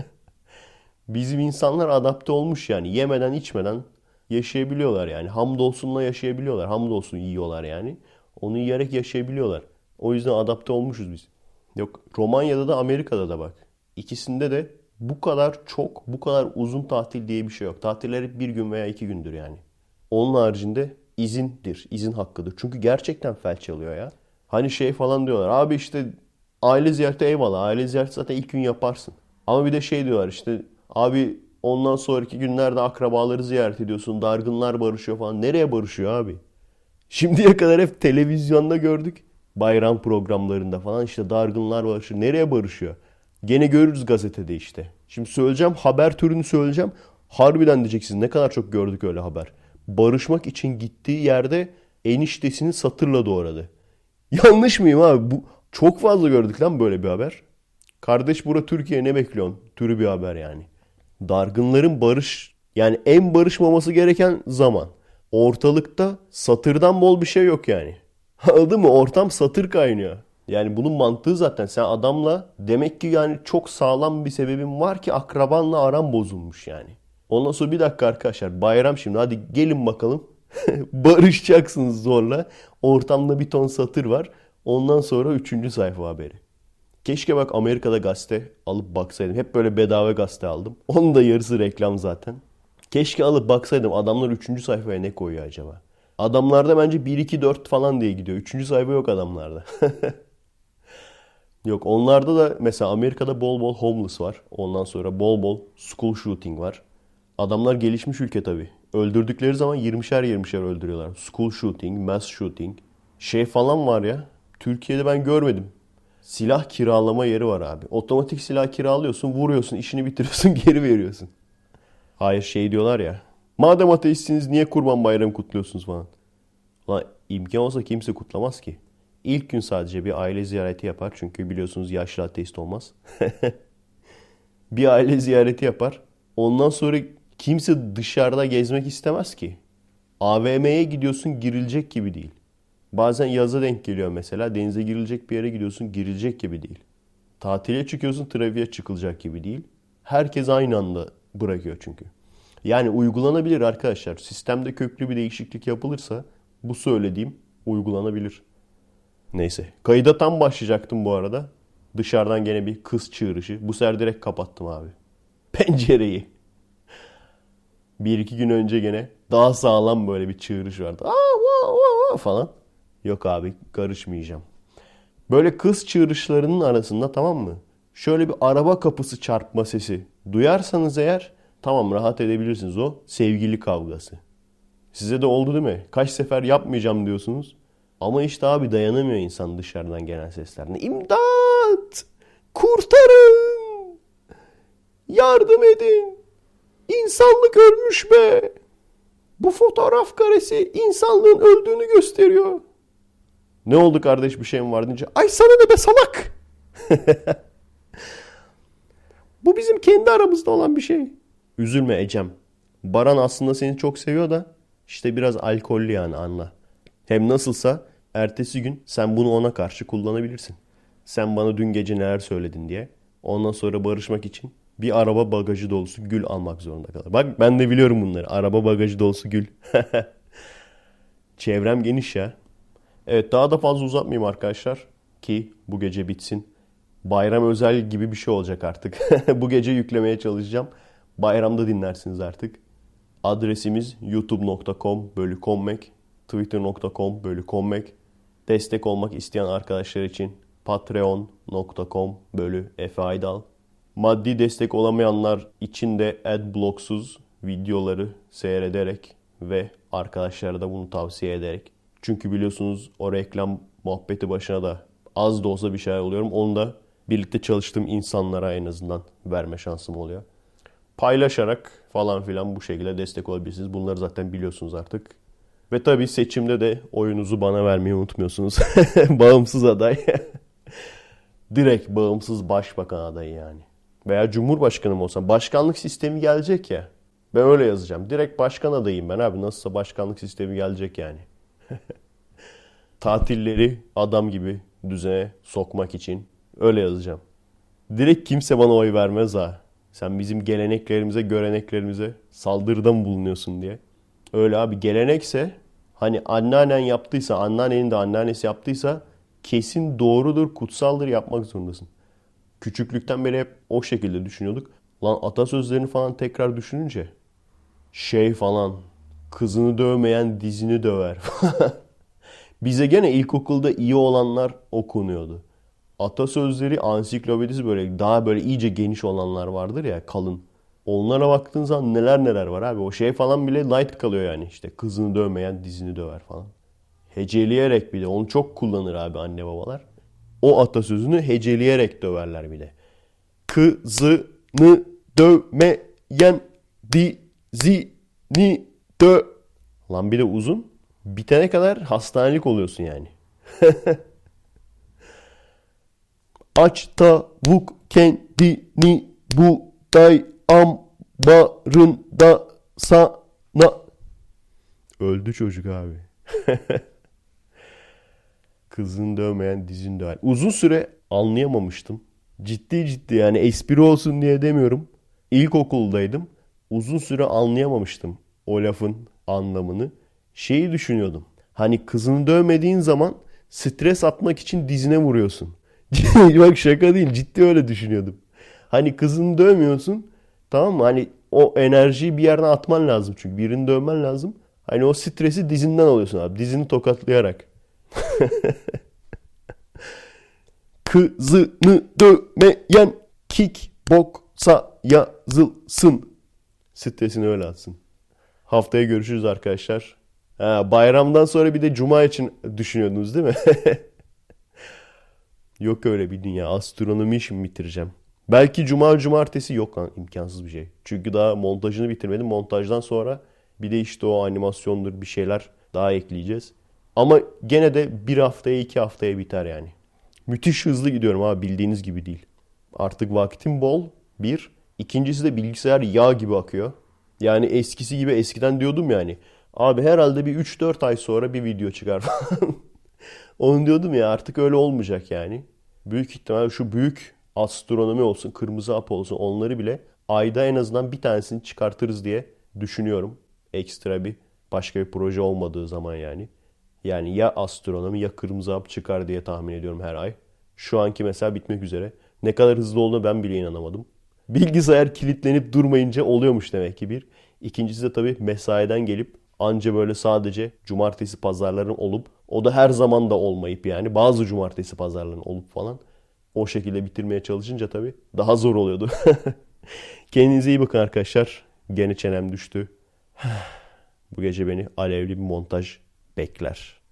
bizim insanlar adapte olmuş yani. Yemeden, içmeden yaşayabiliyorlar yani. Hamdolsunla yaşayabiliyorlar. Hamdolsun yiyorlar yani. Onu yiyerek yaşayabiliyorlar. O yüzden adapte olmuşuz biz. Yok Romanya'da da Amerika'da da bak. İkisinde de bu kadar çok, bu kadar uzun tatil diye bir şey yok. Tatiller hep bir gün veya 2 gündür yani. Onun haricinde izindir, izin hakkıdır. Çünkü gerçekten felç alıyor ya. Hani şey falan diyorlar. Abi işte aile ziyareti eyvallah. Aile ziyareti zaten ilk gün yaparsın. Ama bir de şey diyorlar işte abi ondan sonraki günlerde akrabaları ziyaret ediyorsun. Dargınlar barışıyor falan. Nereye barışıyor abi? Şimdiye kadar hep televizyonda gördük. Bayram programlarında falan işte dargınlar barışıyor. Nereye barışıyor? Gene görürüz gazetede işte. Şimdi söyleyeceğim haber türünü söyleyeceğim. Harbiden diyeceksiniz ne kadar çok gördük öyle haber. Barışmak için gittiği yerde eniştesini satırla doğradı. Yanlış mıyım abi? Bu çok fazla gördük lan böyle bir haber. Kardeş bura Türkiye ne bekliyorsun? Türü bir haber yani. Dargınların barış yani en barışmaması gereken zaman. Ortalıkta satırdan bol bir şey yok yani. Anladın mı? Ortam satır kaynıyor. Yani bunun mantığı zaten sen adamla demek ki yani çok sağlam bir sebebin var ki akrabanla aran bozulmuş yani. Ondan sonra bir dakika arkadaşlar bayram şimdi hadi gelin bakalım. Barışacaksınız zorla. Ortamda bir ton satır var. Ondan sonra üçüncü sayfa haberi. Keşke bak Amerika'da gazete alıp baksaydım. Hep böyle bedava gazete aldım. Onun da yarısı reklam zaten. Keşke alıp baksaydım adamlar üçüncü sayfaya ne koyuyor acaba? Adamlarda bence bir 2 4 falan diye gidiyor. Üçüncü sayfa yok adamlarda. Yok onlarda da mesela Amerika'da bol bol homeless var. Ondan sonra bol bol school shooting var. Adamlar gelişmiş ülke tabii. Öldürdükleri zaman 20'şer 20'şer öldürüyorlar. School shooting, mass shooting. Şey falan var ya. Türkiye'de ben görmedim. Silah kiralama yeri var abi. Otomatik silah kiralıyorsun, vuruyorsun, işini bitiriyorsun, geri veriyorsun. Hayır şey diyorlar ya. Madem ateistsiniz niye Kurban Bayramı kutluyorsunuz falan. Ulan imkan olsa kimse kutlamaz ki. İlk gün sadece bir aile ziyareti yapar. Çünkü biliyorsunuz yaşlı ateist olmaz. Bir aile ziyareti yapar. Ondan sonra kimse dışarıda gezmek istemez ki. AVM'ye gidiyorsun girilecek gibi değil. Bazen yaza denk geliyor mesela. Denize girilecek bir yere gidiyorsun girilecek gibi değil. Tatile çıkıyorsun trafiğe çıkılacak gibi değil. Herkes aynı anda bırakıyor çünkü. Yani uygulanabilir arkadaşlar. Sistemde köklü bir değişiklik yapılırsa bu söylediğim uygulanabilir. Neyse. Kayıda tam başlayacaktım bu arada. Dışarıdan gene bir kız çığırışı. Bu sefer direkt kapattım abi. Pencereyi. Bir iki gün önce gene daha sağlam böyle bir çığırış vardı. Aa, va, va, va falan. Yok abi karışmayacağım. Böyle kız çığırışlarının arasında tamam mı? Şöyle bir araba kapısı çarpma sesi duyarsanız eğer tamam rahat edebilirsiniz o sevgili kavgası. Size de oldu değil mi? Kaç sefer yapmayacağım diyorsunuz. Ama işte abi dayanamıyor insan dışarıdan gelen seslerine. İmdat! Kurtarın! Yardım edin! İnsanlık ölmüş be! Bu fotoğraf karesi insanlığın öldüğünü gösteriyor. Ne oldu kardeş, bir şey mi var deyince, ay sana ne be salak! Bu bizim kendi aramızda olan bir şey. Üzülme Ecem. Baran aslında seni çok seviyor da işte biraz alkollü yani, anla. Hem nasılsa ertesi gün sen bunu ona karşı kullanabilirsin. Sen bana dün gece neler söyledin diye. Ondan sonra barışmak için bir araba bagajı dolusu gül almak zorunda kalır. Bak ben de biliyorum bunları. Araba bagajı dolusu gül. Çevrem geniş ya. Evet, daha da fazla uzatmayayım arkadaşlar ki bu gece bitsin. Bayram özel gibi bir şey olacak artık. Bu gece yüklemeye çalışacağım. Bayramda dinlersiniz artık. Adresimiz youtube.com/kommek, twitter.com/kommek. Destek olmak isteyen arkadaşlar için patreon.com/Efe Aydal. Maddi destek olamayanlar için de adblocksuz videoları seyrederek ve arkadaşlara da bunu tavsiye ederek. Çünkü biliyorsunuz o reklam muhabbeti başına da az da olsa bir şey oluyorum. Onu da birlikte çalıştığım insanlara en azından verme şansım oluyor. Paylaşarak falan filan bu şekilde destek olabilirsiniz. Bunları zaten biliyorsunuz artık. Ve tabii seçimde de oyunuzu bana vermeyi unutmuyorsunuz. Bağımsız aday. Direkt bağımsız başbakan adayı yani. Veya cumhurbaşkanım olsam. Başkanlık sistemi gelecek ya. Ben öyle yazacağım. Direkt başkan adayıyım ben abi. Nasılsa başkanlık sistemi gelecek yani. Tatilleri adam gibi düzene sokmak için öyle yazacağım. Direkt kimse bana oy vermez ha. Sen bizim geleneklerimize, göreneklerimize saldırıda mı bulunuyorsun diye. Öyle abi, gelenekse hani anneannen yaptıysa, anneannenin de anneannesi yaptıysa kesin doğrudur, kutsaldır, yapmak zorundasın. Küçüklükten beri hep o şekilde düşünüyorduk. Lan atasözlerini falan tekrar düşününce şey falan, kızını dövmeyen dizini döver. Bize gene ilkokulda iyi olanlar okunuyordu. Atasözleri ansiklopedisi böyle daha böyle iyice geniş olanlar vardır ya, kalın. Onlara baktığın zaman neler neler var abi. O şey falan bile light kalıyor yani, işte kızını dövmeyen dizini döver falan. Heceleyerek, bir de onu çok kullanır abi anne babalar. O atasözünü heceleyerek döverler bir de. Kızını dövmeyen dizini dö... Lan bir de uzun. Bitene kadar hastanelik oluyorsun yani. Aç tavuk kendini buğday ambarında sana. Öldü çocuk abi. Kızını dövmeyen dizini döver. Uzun süre anlayamamıştım. Ciddi ciddi yani, espri olsun diye demiyorum. İlkokuldaydım. Uzun süre anlayamamıştım o lafın anlamını. Şeyi düşünüyordum. Hani kızını dövmediğin zaman stres atmak için dizine vuruyorsun. Bak şaka değil, ciddi öyle düşünüyordum. Hani kızını dövmüyorsun, tamam mı? Hani o enerjiyi bir yerden atman lazım, çünkü birini dövmen lazım. Hani o stresi dizinden alıyorsun abi, dizini tokatlayarak. Kızını dövmeyen kickboksa yazılsın. Stresini öyle atsın. Haftaya görüşürüz arkadaşlar. Bayramdan sonra bir de cuma için düşünüyordunuz değil mi? Yok öyle bir dünya. Astronomi işimi bitireceğim. Belki cuma cumartesi, yok lan, imkansız bir şey. Çünkü daha montajını bitirmedim. Montajdan sonra bir de işte o animasyondur, bir şeyler daha ekleyeceğiz. Ama gene de bir haftaya 2 haftaya biter yani. Müthiş hızlı gidiyorum abi, bildiğiniz gibi değil. Artık vaktim bol, bir. İkincisi de bilgisayar yağ gibi akıyor. Yani eskisi gibi, eskiden diyordum yani. Abi herhalde bir 3-4 ay sonra bir video çıkar falan. Onu diyordum ya, artık öyle olmayacak yani. Büyük ihtimal şu büyük astronomi olsun, kırmızı hap olsun, onları bile ayda en azından bir tanesini çıkartırız diye düşünüyorum. Ekstra bir başka bir proje olmadığı zaman yani. Yani ya astronomi ya kırmızı hap çıkar diye tahmin ediyorum her ay. Şu anki mesela bitmek üzere. Ne kadar hızlı olduğuna ben bile inanamadım. Bilgisayar kilitlenip durmayınca oluyormuş demek ki bir. İkincisi de tabii mesaiden gelip anca böyle sadece cumartesi pazarların olup, o da her zaman da olmayıp yani bazı cumartesi pazarların olup falan o şekilde bitirmeye çalışınca tabii daha zor oluyordu. Kendinize iyi bakın arkadaşlar. Gene çenem düştü. Bu gece beni alevli bir montaj bekler.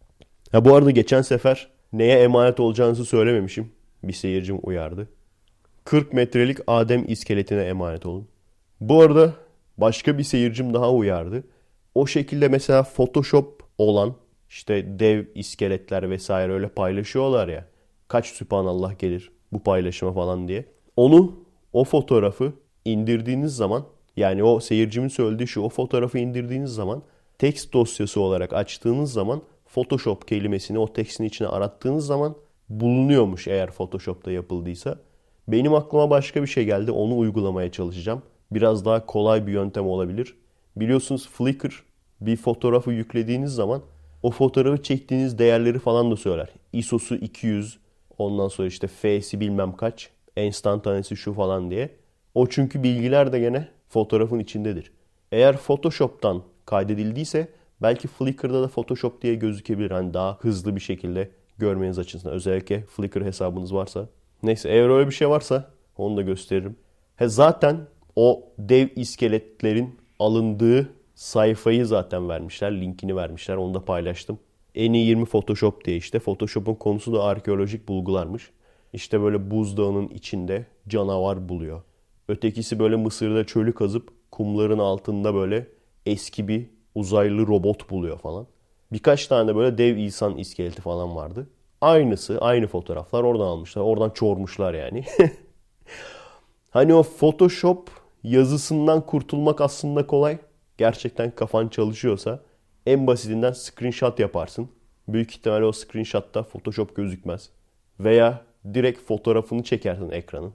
Ha bu arada geçen sefer neye emanet olacağınızı söylememişim. Bir seyircim uyardı. 40 metrelik Adem iskeletine emanet olun. Bu arada başka bir seyircim daha uyardı. O şekilde mesela Photoshop olan işte dev iskeletler vesaire öyle paylaşıyorlar ya. Kaç Sübhanallah gelir bu paylaşıma falan diye. O fotoğrafı indirdiğiniz zaman, yani o seyircimin söylediği şu, o fotoğrafı indirdiğiniz zaman text dosyası olarak açtığınız zaman Photoshop kelimesini o textin içine arattığınız zaman bulunuyormuş eğer Photoshop'ta yapıldıysa. Benim aklıma başka bir şey geldi. Onu uygulamaya çalışacağım. Biraz daha kolay bir yöntem olabilir. Biliyorsunuz Flickr bir fotoğrafı yüklediğiniz zaman o fotoğrafı çektiğiniz değerleri falan da söyler. ISO'su 200, ondan sonra işte F'si bilmem kaç, enstantanesi şu falan diye. O çünkü bilgiler de gene fotoğrafın içindedir. Eğer Photoshop'tan kaydedildiyse belki Flickr'da da Photoshop diye gözükebilir. Hani daha hızlı bir şekilde görmeniz açısından. Özellikle Flickr hesabınız varsa. Neyse, eğer öyle bir şey varsa onu da gösteririm. Zaten o dev iskeletlerin alındığı sayfayı zaten vermişler. Linkini vermişler. Onu da paylaştım. En iyi 20 Photoshop diye işte. Photoshop'un konusu da arkeolojik bulgularmış. İşte böyle buzdağının içinde canavar buluyor. Ötekisi böyle Mısır'da çölü kazıp kumların altında böyle eski bir uzaylı robot buluyor falan. Birkaç tane de böyle dev insan iskeleti falan vardı. Aynısı, aynı fotoğraflar oradan almışlar. Oradan çormuşlar yani. Hani o Photoshop yazısından kurtulmak aslında kolay. Gerçekten kafan çalışıyorsa en basitinden screenshot yaparsın. Büyük ihtimalle o screenshot'ta Photoshop gözükmez. Veya direkt fotoğrafını çekersin ekranın.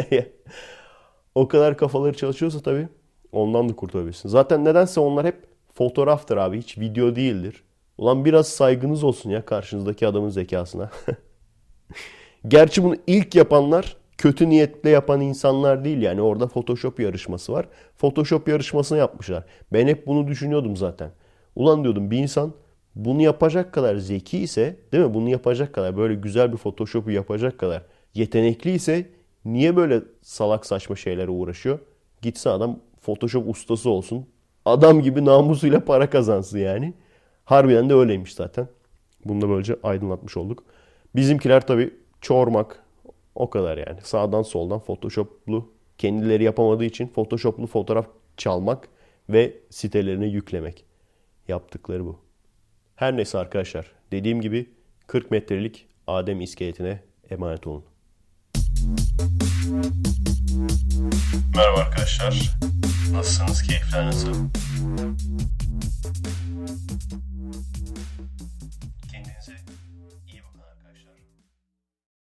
O kadar kafaları çalışıyorsa tabii ondan da kurtulabilirsin. Zaten nedense onlar hep fotoğraftır abi. Hiç video değildir. Ulan biraz saygınız olsun ya karşınızdaki adamın zekasına. Gerçi bunu ilk yapanlar kötü niyetle yapan insanlar değil. Yani orada Photoshop yarışması var. Photoshop yarışmasını yapmışlar. Ben hep bunu düşünüyordum zaten. Ulan diyordum, bir insan bunu yapacak kadar zeki ise, değil mi? Bunu yapacak kadar, böyle güzel bir Photoshop'u yapacak kadar yetenekli ise niye böyle salak saçma şeylere uğraşıyor? Gitsin adam Photoshop ustası olsun. Adam gibi namusuyla para kazansın yani. Harbiden de öyleymiş zaten. Bunu da böylece aydınlatmış olduk. Bizimkiler tabii çormak, o kadar yani. Sağdan soldan Photoshop'lu, kendileri yapamadığı için Photoshop'lu fotoğraf çalmak ve sitelerine yüklemek. Yaptıkları bu. Her neyse arkadaşlar. Dediğim gibi 40 metrelik Adem iskeletine emanet olun. Merhaba arkadaşlar. Nasılsınız? Keyifler nasıl?